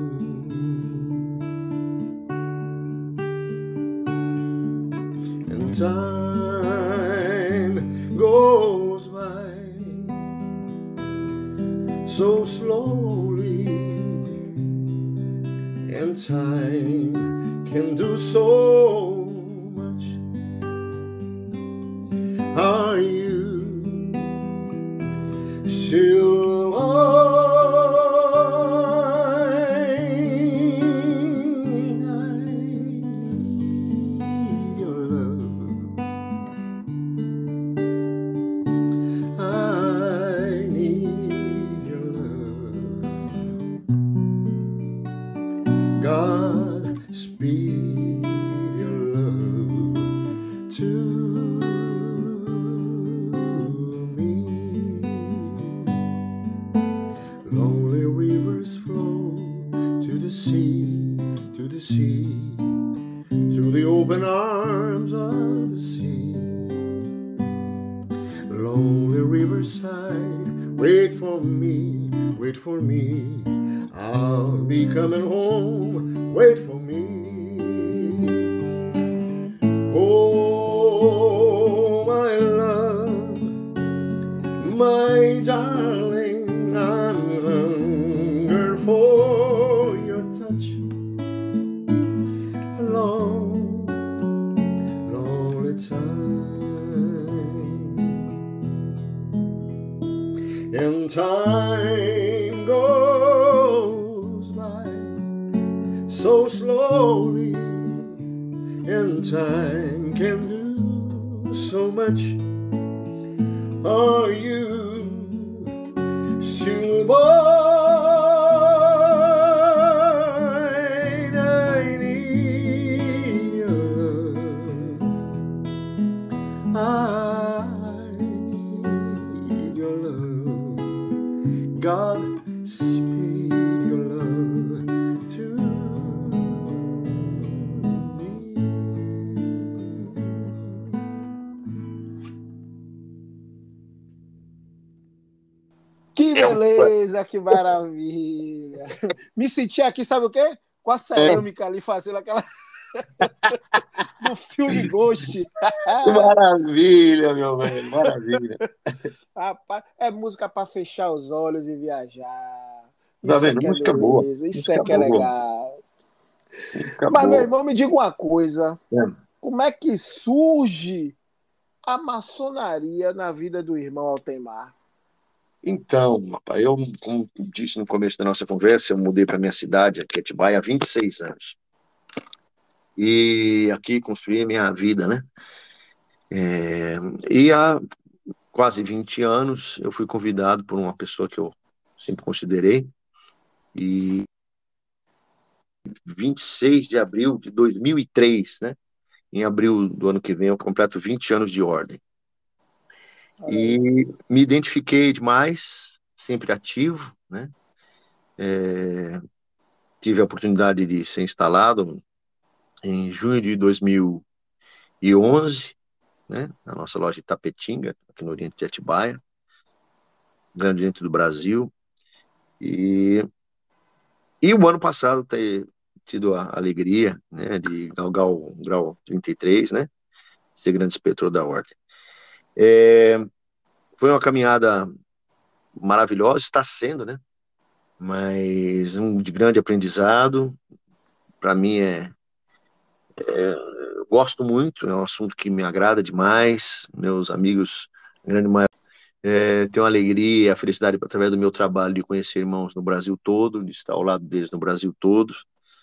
and time goes by so slowly, and time can do so much. Are you still mine? I need your love. I need your love. God, speed your love to me. Lonely rivers flow to the sea, to the sea, to the open arms of the sea. Lonely riverside, wait for me, wait for me. I'll be coming home, wait for me. Oh, my love, my darling, I'm hungry for your touch. A long, lonely time, and time goes by so slowly, and time can do so much. Are you still mine? I need your love. I need your love. God, speed your love to me. Que beleza, que maravilha. Me senti aqui, sabe o quê? Com a cerâmica ali, fazendo aquela... do filme Ghost. Maravilha, meu velho, maravilha. Rapaz, é música para fechar os olhos e viajar. Tá Isso é vendo? que é Música boa. beleza, isso é Música que é boa. legal. Música Mas, meu boa. irmão, me diga uma coisa. É. Como é que surge a maçonaria na vida do irmão Altemar? Então, rapaz, eu, como disse no começo da nossa conversa, eu mudei para minha cidade, aqui, Atibaia, há 26 anos. E aqui construí a minha vida, né? E há quase 20 anos eu fui convidado por uma pessoa que eu sempre considerei, e 26 de abril de 2003, né? Em abril do ano que vem eu completo 20 anos de ordem. Olha E aí. me identifiquei demais, sempre ativo, né? Tive a oportunidade de ser instalado em junho de 2011, né? Na nossa loja de Tapetinga, aqui no Oriente de Atibaia, grande oriente do Brasil. E o ano passado ter tido a alegria, né, de galgar o grau 33, né? Ser grande inspetor da ordem. Foi uma caminhada maravilhosa, está sendo, né? Mas de grande aprendizado. Para mim eu gosto muito, é um assunto que me agrada demais. Meus amigos, a grande maioria, tenho a alegria, a felicidade através do meu trabalho de conhecer irmãos no Brasil todo, de estar ao lado deles no Brasil todo.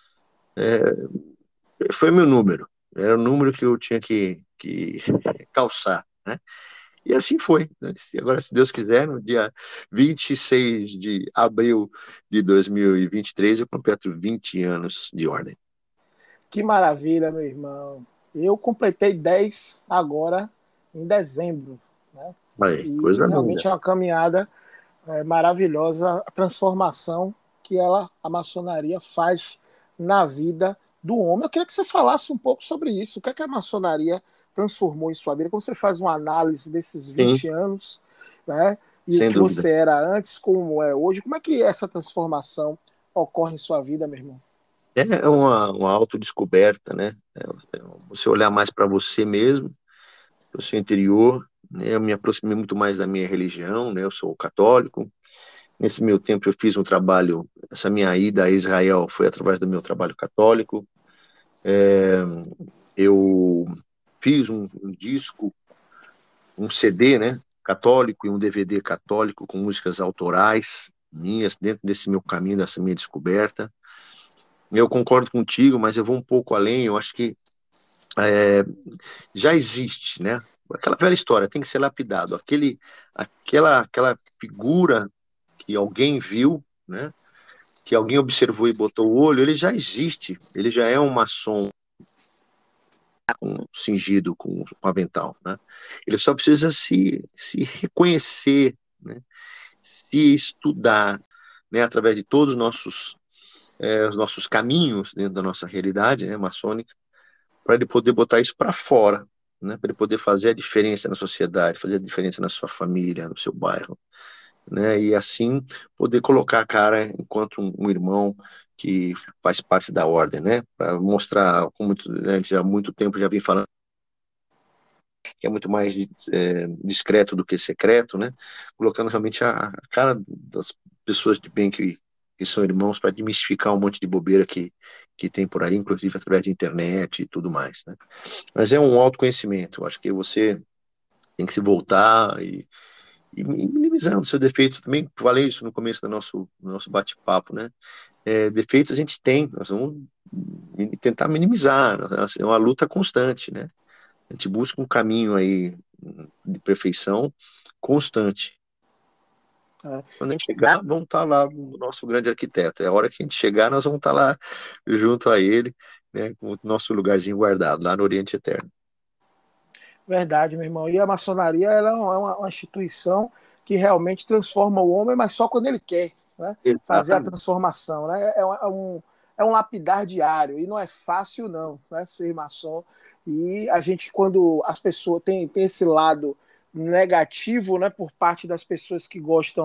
Foi meu número, era o número que eu tinha que calçar, né? E assim foi, né? Agora, se Deus quiser, no dia 26 de abril de 2023, eu completo 20 anos de ordem. Que maravilha, meu irmão. Eu completei 10 agora em dezembro, né? Aí, E coisa linda. realmente é uma caminhada maravilhosa, a transformação que a maçonaria faz na vida do homem. Eu queria que você falasse um pouco sobre isso. O que é que a maçonaria transformou em sua vida? Quando você faz uma análise desses Sim, 20 anos, né? E o sem que dúvida. você era antes, como é hoje, como é que essa transformação ocorre em sua vida, meu irmão? É uma autodescoberta, né? Você olhar mais para você mesmo, para o seu interior, né? Eu me aproximei muito mais da minha religião, né? Eu sou católico. Nesse meu tempo eu fiz um trabalho, essa minha ida a Israel foi através do meu trabalho católico. Eu fiz um disco, um CD, né? Católico e um DVD católico com músicas autorais minhas dentro desse meu caminho, dessa minha descoberta. Eu concordo contigo, mas eu vou um pouco além. Eu acho que já existe, né? Aquela velha história, tem que ser lapidado. Aquela figura que alguém viu, né? Que alguém observou e botou o olho, ele já existe. Ele já é um maçom cingido com um avental, né? Ele só precisa se reconhecer, né? Se estudar, né? Através de todos os nossos caminhos dentro da nossa realidade, né? Maçônica, para ele poder botar isso para fora, né? Para ele poder fazer a diferença na sociedade, fazer a diferença na sua família, no seu bairro, né? E assim poder colocar a cara enquanto um irmão que faz parte da ordem, né? Para mostrar, como né, há muito tempo já vem falando, que é muito mais discreto do que secreto, né? Colocando realmente a cara das pessoas de bem que são irmãos para desmistificar um monte de bobeira que tem por aí, inclusive através de internet e tudo mais, né? Mas é um autoconhecimento. Eu acho que você tem que se voltar e minimizando seus defeitos. Também falei isso no começo do nosso bate-papo, né? Defeitos a gente tem, nós vamos tentar minimizar. É uma luta constante, né? A gente busca um caminho aí de perfeição constante. É. Quando a gente chegar, vamos estar lá no nosso grande arquiteto. É a hora que a gente chegar, nós vamos estar lá junto a ele, né, com o nosso lugarzinho guardado, lá no Oriente Eterno. Verdade, meu irmão. E a maçonaria ela é uma instituição que realmente transforma o homem, mas só quando ele quer, né? Fazer a Exatamente. transformação. Né? É um lapidar diário. E não é fácil, não, né? Ser maçom. E a gente, quando as pessoas tem esse lado negativo, né, por parte das pessoas que gostam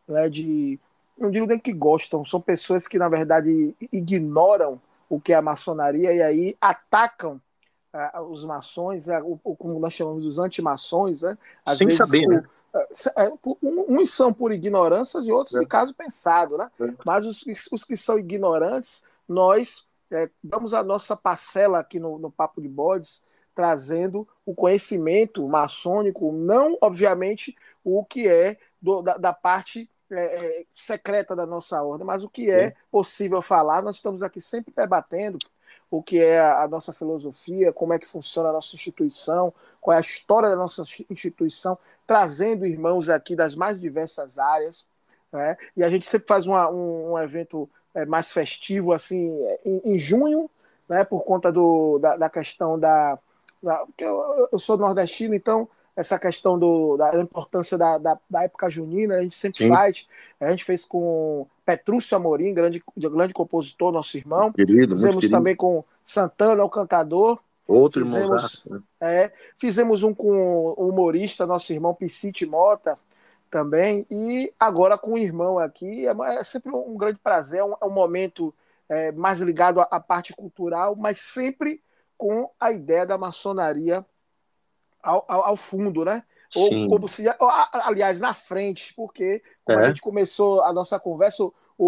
né, não digo nem que gostam, são pessoas que, na verdade, ignoram o que é a maçonaria e aí atacam os maçons, como nós chamamos dos antimaçons, né? Às Sem vezes saber, né? Uns são por ignorâncias e outros de É. caso pensado, né? Mas os que são ignorantes, nós damos a nossa parcela aqui no Papo de Bodes, trazendo o conhecimento maçônico, não, obviamente, o que é da parte secreta da nossa ordem, mas o que é possível falar. Nós estamos aqui sempre debatendo o que é a nossa filosofia, como é que funciona a nossa instituição, qual é a história da nossa instituição, trazendo irmãos aqui das mais diversas áreas, né? E a gente sempre faz um evento mais festivo, assim, em junho, né? Por conta da questão porque eu sou nordestino, então essa questão da importância da época junina, a gente sempre faz. A gente fez com Petrúcio Amorim, grande compositor, nosso irmão. Querido, Fizemos também com Santana, o cantador. Outro irmãozaço, né? Fizemos um com o humorista, nosso irmão Piscite Mota, também. E agora com o irmão aqui. É sempre um grande prazer, é um momento mais ligado à parte cultural, mas sempre com a ideia da maçonaria ao fundo, né? Ou Sim. como se, aliás, na frente, porque como a gente começou a nossa conversa,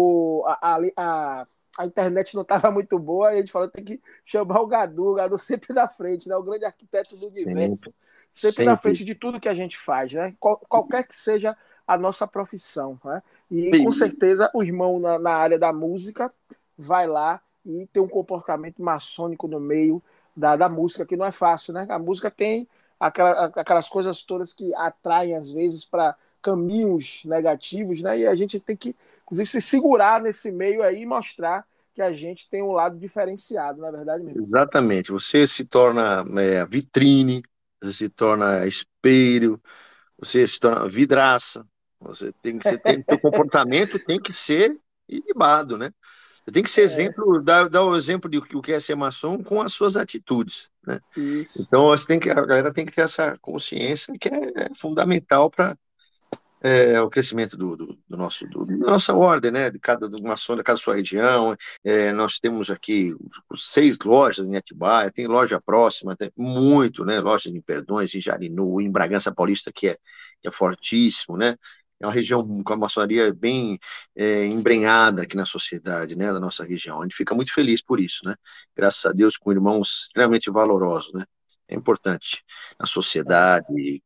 a internet não estava muito boa, e a gente falou que tem que chamar o Gadu sempre na frente, né? O grande arquiteto do universo, sempre na frente de tudo que a gente faz, né? Qualquer que seja a nossa profissão, né? E com certeza o irmão na área da música vai lá e tem um comportamento maçônico no meio da música, que não é fácil, né? A música tem aquelas coisas todas que atraem, às vezes, para caminhos negativos, né? E a gente tem que, inclusive, se segurar nesse meio aí e mostrar que a gente tem um lado diferenciado, não é verdade mesmo? Exatamente. Você se torna vitrine, você se torna espelho, você se torna vidraça. Seu comportamento tem que ser ilibado, né? Você tem que ser exemplo, dar o exemplo de o que é ser maçom com as suas atitudes, né? Isso. Então, a galera tem que ter essa consciência que é fundamental para o crescimento da nossa ordem, né? De cada maçom, de cada sua região. Nós temos aqui 6 lojas em Atibaia, tem loja próxima, tem muito, né? Loja em Perdões, em Jarinu, em Bragança Paulista, que é fortíssimo, né? É uma região com a maçonaria bem embrenhada aqui na sociedade, né, da nossa região. A gente fica muito feliz por isso, né? Graças a Deus, com irmãos extremamente valorosos, né? É importante na sociedade,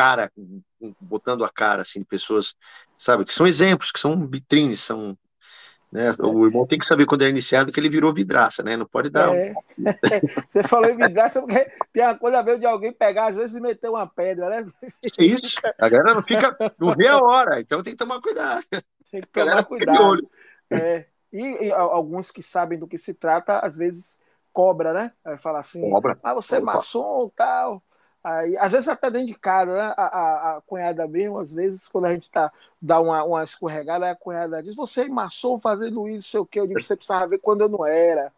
botando a cara, assim, de pessoas, sabe, que são exemplos, que são vitrines, né? O irmão tem que saber quando é iniciado que ele virou vidraça, né? Não pode dar. Você falou em vidraça porque tem uma coisa meio de alguém pegar, às vezes, e meter uma pedra, né? Isso. A galera não vê a hora, então tem que tomar cuidado. Tem que tomar cuidado. E alguns que sabem do que se trata, às vezes cobra, né? Aí fala assim, você é maçom, tal. Aí, às vezes até dentro de casa, né? A cunhada mesmo, às vezes, quando a gente dá uma escorregada, a cunhada diz, você é maçom fazendo isso, sei o quê. Eu digo, você precisava ver quando eu não era.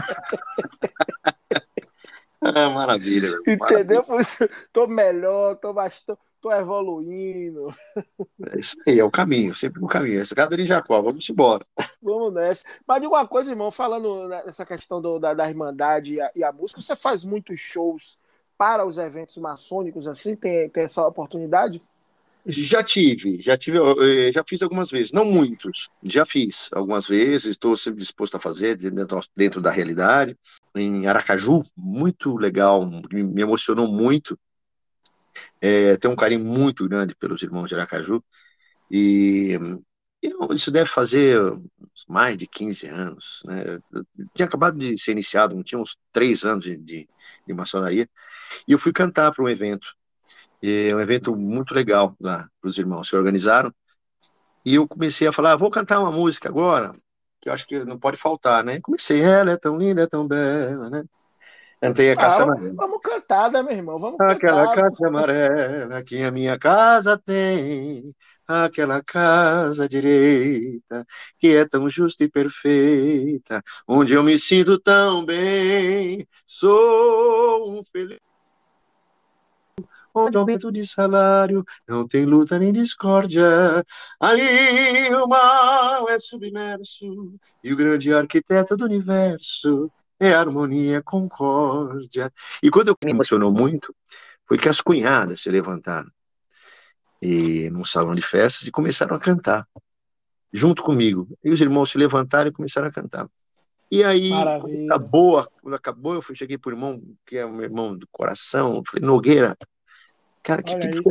Maravilha. Entendeu? Por isso, tô melhor, tô evoluindo. É isso aí, é o caminho, sempre o caminho. Esse gado de Jacó, vamos embora. Vamos nessa. Mas de uma coisa, irmão, falando nessa questão da Irmandade e a música, você faz muitos shows para os eventos maçônicos, assim? Tem essa oportunidade? Já fiz algumas vezes, não muitos, já fiz algumas vezes, estou sempre disposto a fazer dentro da realidade. Em Aracaju, muito legal, me emocionou muito. Tenho um carinho muito grande pelos irmãos de Aracaju, e isso deve fazer mais de 15 anos, né? Eu tinha acabado de ser iniciado, não tinha uns 3 anos de maçonaria, e eu fui cantar para um evento. É um evento muito legal lá para os irmãos que organizaram. E eu comecei a falar, vou cantar uma música agora, que eu acho que não pode faltar, né? Comecei, ela é tão linda, é tão bela, né? Cantei a Caça Amarela. Vamos cantar, né, meu irmão? Vamos Aquela cantar. Caça Amarela que a minha casa tem, aquela casa direita, que é tão justa e perfeita, onde eu me sinto tão bem, sou um feliz onde aumento de salário não tem luta nem discórdia. Ali o mal é submerso e o grande arquiteto do universo é harmonia, concórdia. E quando me emocionou muito, foi que as cunhadas se levantaram num salão de festas e começaram a cantar junto comigo. E os irmãos se levantaram e começaram a cantar. E aí, Maravilha. quando acabou, cheguei pro irmão, que é o meu irmão do coração, eu falei, Nogueira, cara, Olha aí.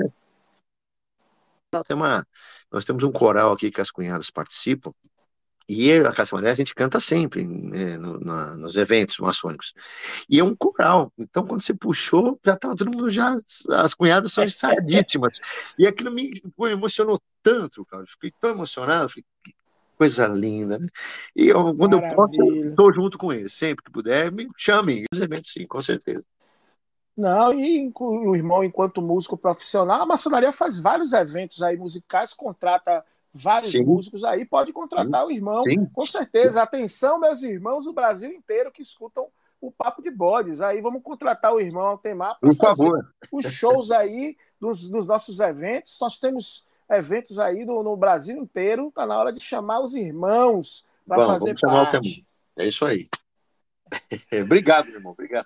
Nós temos um coral aqui que as cunhadas participam, e a Casa Maria a gente canta sempre, né, nos eventos maçônicos. E é um coral. Então, quando você puxou, já estava todo mundo já. As cunhadas são ensaiadíssimas. E aquilo me emocionou tanto, cara. Fiquei tão emocionado. Falei, que coisa linda, né? E quando eu posso, eu estou junto com eles. Sempre que puder, me chamem. Os eventos, sim, com certeza. Não, e o irmão, enquanto músico profissional, a maçonaria faz vários eventos aí musicais, contrata vários Sim, músicos aí, pode sim, contratar o irmão, sim. com certeza. Atenção, meus irmãos, o Brasil inteiro que escutam o Papo de Bodes. Aí vamos contratar o irmão Altemar para Por fazer favor. os shows aí dos nossos eventos. Nós temos eventos aí no Brasil inteiro, está na hora de chamar os irmãos para fazer Vamos chamar o Altemar. parte. É isso aí. Obrigado, meu irmão. Obrigado.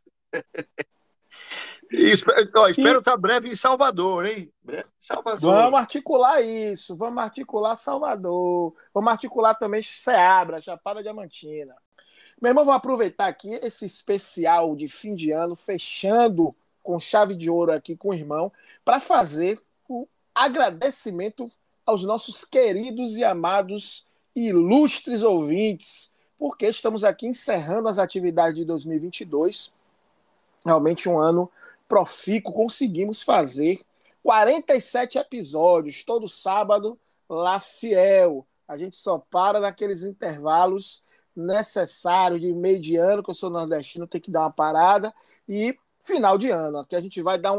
E espero estar breve em Salvador, hein? Breve em Salvador. Vamos articular isso, vamos articular Salvador, vamos articular também Ceabra, Chapada Diamantina. Meu irmão, vou aproveitar aqui esse especial de fim de ano, fechando com chave de ouro aqui com o irmão, para fazer o agradecimento aos nossos queridos e amados ilustres ouvintes, porque estamos aqui encerrando as atividades de 2022, realmente um ano profícuo, conseguimos fazer 47 episódios, todo sábado, lá fiel. A gente só para naqueles intervalos necessários de meio de ano, que eu sou nordestino, tem que dar uma parada, e final de ano, aqui a gente vai dar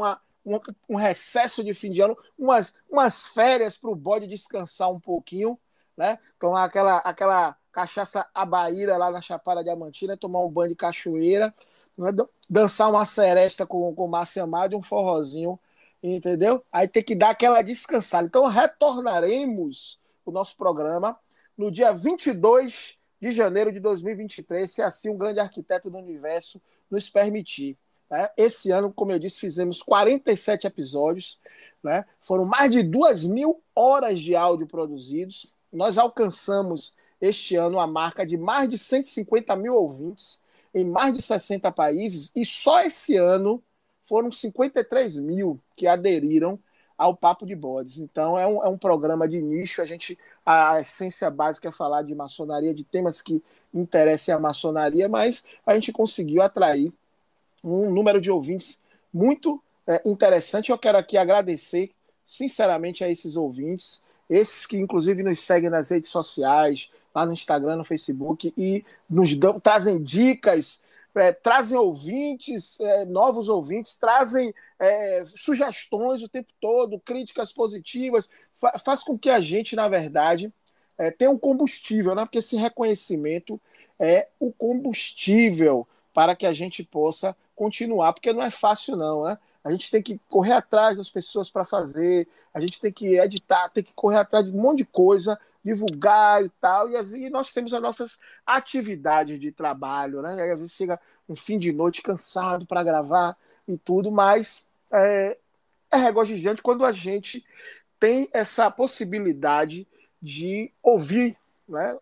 um recesso de fim de ano, umas férias para o bode descansar um pouquinho, né? Tomar aquela cachaça abaíra lá na Chapada Diamantina, tomar um banho de cachoeira, dançar uma seresta com o Márcio Amado e um forrozinho, entendeu? Aí tem que dar aquela descansada. Então retornaremos o nosso programa no dia 22 de janeiro de 2023, se assim um grande arquiteto do universo nos permitir. Né? Esse ano, como eu disse, fizemos 47 episódios, né? Foram mais de 2.000 horas de áudio produzidos. Nós alcançamos este ano a marca de mais de 150 mil ouvintes em mais de 60 países, e só esse ano foram 53 mil que aderiram ao Papo de Bodes. Então é um programa de nicho, a essência básica é falar de maçonaria, de temas que interessem a maçonaria, mas a gente conseguiu atrair um número de ouvintes muito interessante. Eu quero aqui agradecer sinceramente a esses ouvintes, esses que inclusive nos seguem nas redes sociais, lá no Instagram, no Facebook, e trazem dicas, trazem ouvintes, novos ouvintes, trazem sugestões o tempo todo, críticas positivas, faz com que a gente, na verdade, tenha um combustível, né? Porque esse reconhecimento é o combustível para que a gente possa continuar, porque não é fácil não, né? A gente tem que correr atrás das pessoas para fazer, a gente tem que editar, tem que correr atrás de um monte de coisa, divulgar e tal, e assim nós temos as nossas atividades de trabalho, né? Às vezes chega um fim de noite cansado para gravar e tudo, mas é regozijante quando a gente tem essa possibilidade de ouvir, né,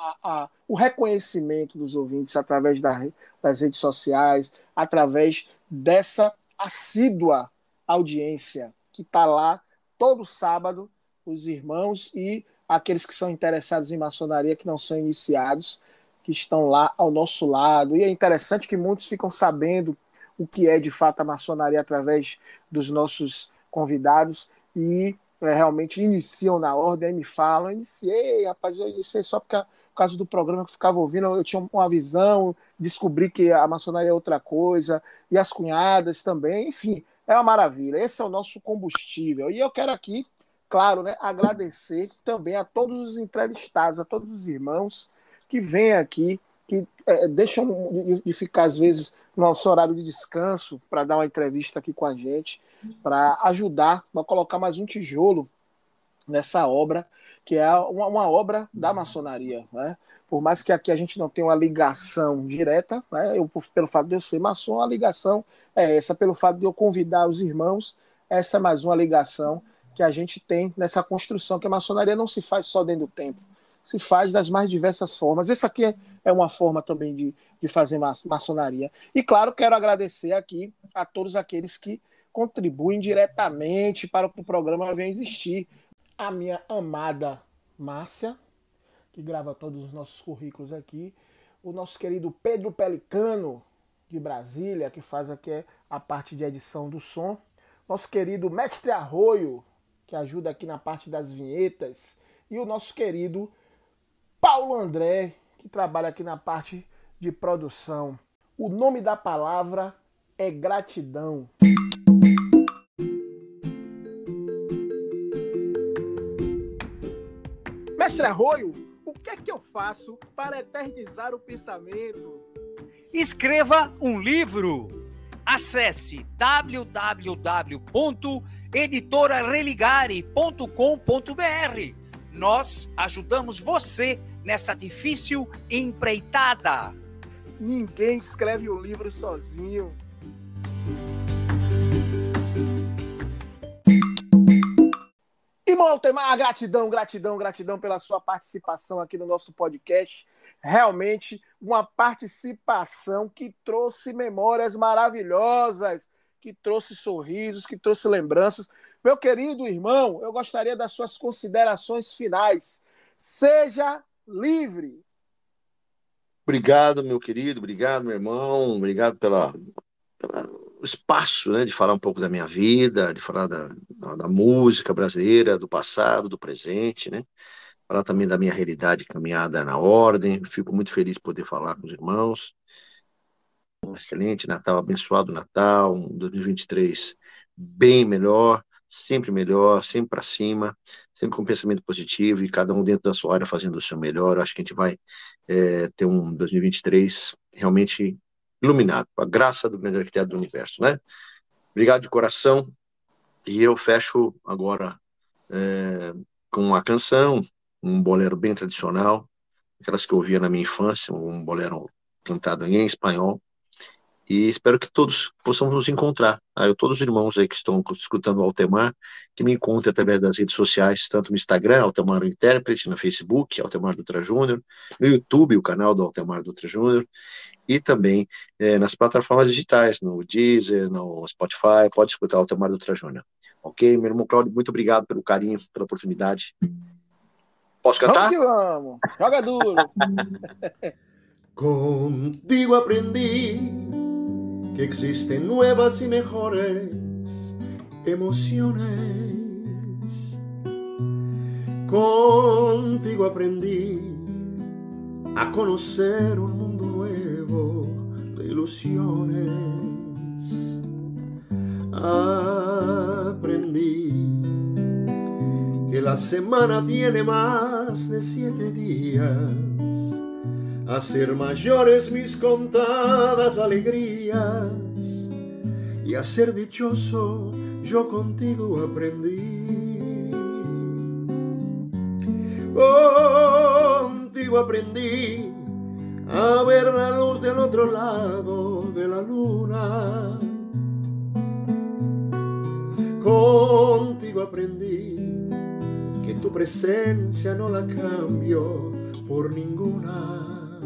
o reconhecimento dos ouvintes através das redes sociais, através dessa assídua audiência que está lá todo sábado, os irmãos e aqueles que são interessados em maçonaria, que não são iniciados, que estão lá ao nosso lado. E é interessante que muitos ficam sabendo o que é de fato a maçonaria através dos nossos convidados e realmente iniciam na ordem, aí me falam, rapaz, eu iniciei só por causa do programa que eu ficava ouvindo, eu tinha uma visão, descobri que a maçonaria é outra coisa, e as cunhadas também, enfim, é uma maravilha. Esse é o nosso combustível. E eu quero aqui, claro, né, agradecer também a todos os entrevistados, a todos os irmãos que vêm aqui, que deixam de ficar, às vezes, no nosso horário de descanso para dar uma entrevista aqui com a gente, para ajudar, para colocar mais um tijolo nessa obra, que é uma obra da maçonaria, né? Por mais que aqui a gente não tenha uma ligação direta, né? Pelo fato de eu ser maçom, a ligação é essa. Pelo fato de eu convidar os irmãos, essa é mais uma ligação que a gente tem nessa construção, que a maçonaria não se faz só dentro do templo, se faz das mais diversas formas. Essa aqui é uma forma também de fazer maçonaria. E, claro, quero agradecer aqui a todos aqueles que contribuem diretamente para que o programa venha existir. A minha amada Márcia, que grava todos os nossos currículos aqui, o nosso querido Pedro Pelicano, de Brasília, que faz aqui a parte de edição do som, nosso querido Mestre Arroio, que ajuda aqui na parte das vinhetas, e o nosso querido Paulo André, que trabalha aqui na parte de produção. O nome da palavra é gratidão. Mestre Arroio, o que é que eu faço para eternizar o pensamento? Escreva um livro. Acesse www.editorareligare.com.br. Nós ajudamos você nessa difícil empreitada. Ninguém escreve um livro sozinho. Irmão Altemar, gratidão pela sua participação aqui no nosso podcast. Realmente uma participação que trouxe memórias maravilhosas, que trouxe sorrisos, que trouxe lembranças. Meu querido irmão, eu gostaria das suas considerações finais. Seja livre. Obrigado, meu querido, obrigado, meu irmão, obrigado pelo espaço, né, de falar um pouco da minha vida, de falar da música brasileira, do passado, do presente, né? Falar também da minha realidade caminhada na ordem. Fico muito feliz de poder falar com os irmãos. Um excelente Natal, abençoado Natal, um 2023 bem melhor, sempre para cima, sempre com pensamento positivo e cada um dentro da sua área fazendo o seu melhor. Eu acho que a gente vai ter um 2023 realmente iluminado, com a graça do grande arquiteto do universo, né? Obrigado de coração. E eu fecho agora com uma canção, um bolero bem tradicional, aquelas que eu ouvia na minha infância, um bolero cantado em espanhol. E espero que todos possamos nos encontrar. Todos os irmãos aí que estão escutando o Altemar, que me encontrem através das redes sociais, tanto no Instagram, Altemar o Intérprete, no Facebook, Altemar Dutra Júnior, no YouTube, o canal do Altemar Dutra Júnior, e também nas plataformas digitais, no Deezer, no Spotify, pode escutar o Altemar Dutra Júnior. Ok? Meu irmão Cláudio, muito obrigado pelo carinho, pela oportunidade. Posso cantar? Vamos que vamos! Joga duro! Contigo aprendí que existen nuevas y mejores emociones. Contigo aprendí a conocer un mundo nuevo de ilusiones. Aprendí que la semana tiene más de 7 días, a ser mayores mis contadas alegrías, y a ser dichoso yo contigo aprendí. Contigo aprendí a ver la luz del otro lado de la luna. Contigo aprendí que tu presencia no la cambio por ninguna.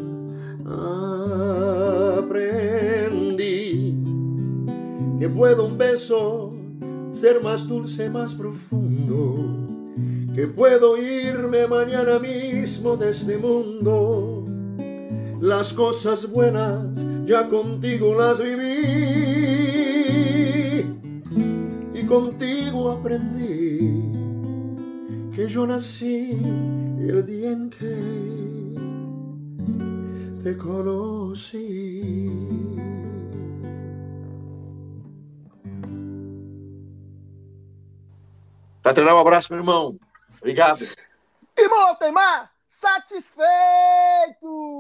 Aprendí que puedo un beso ser más dulce, más profundo, que puedo irme mañana mismo de este mundo. Las cosas buenas ya contigo las viví, y contigo aprendí que yo nací el día en que te conocí. Fraternal, um abraço, meu irmão. Obrigado. Irmão Altemar, satisfeito!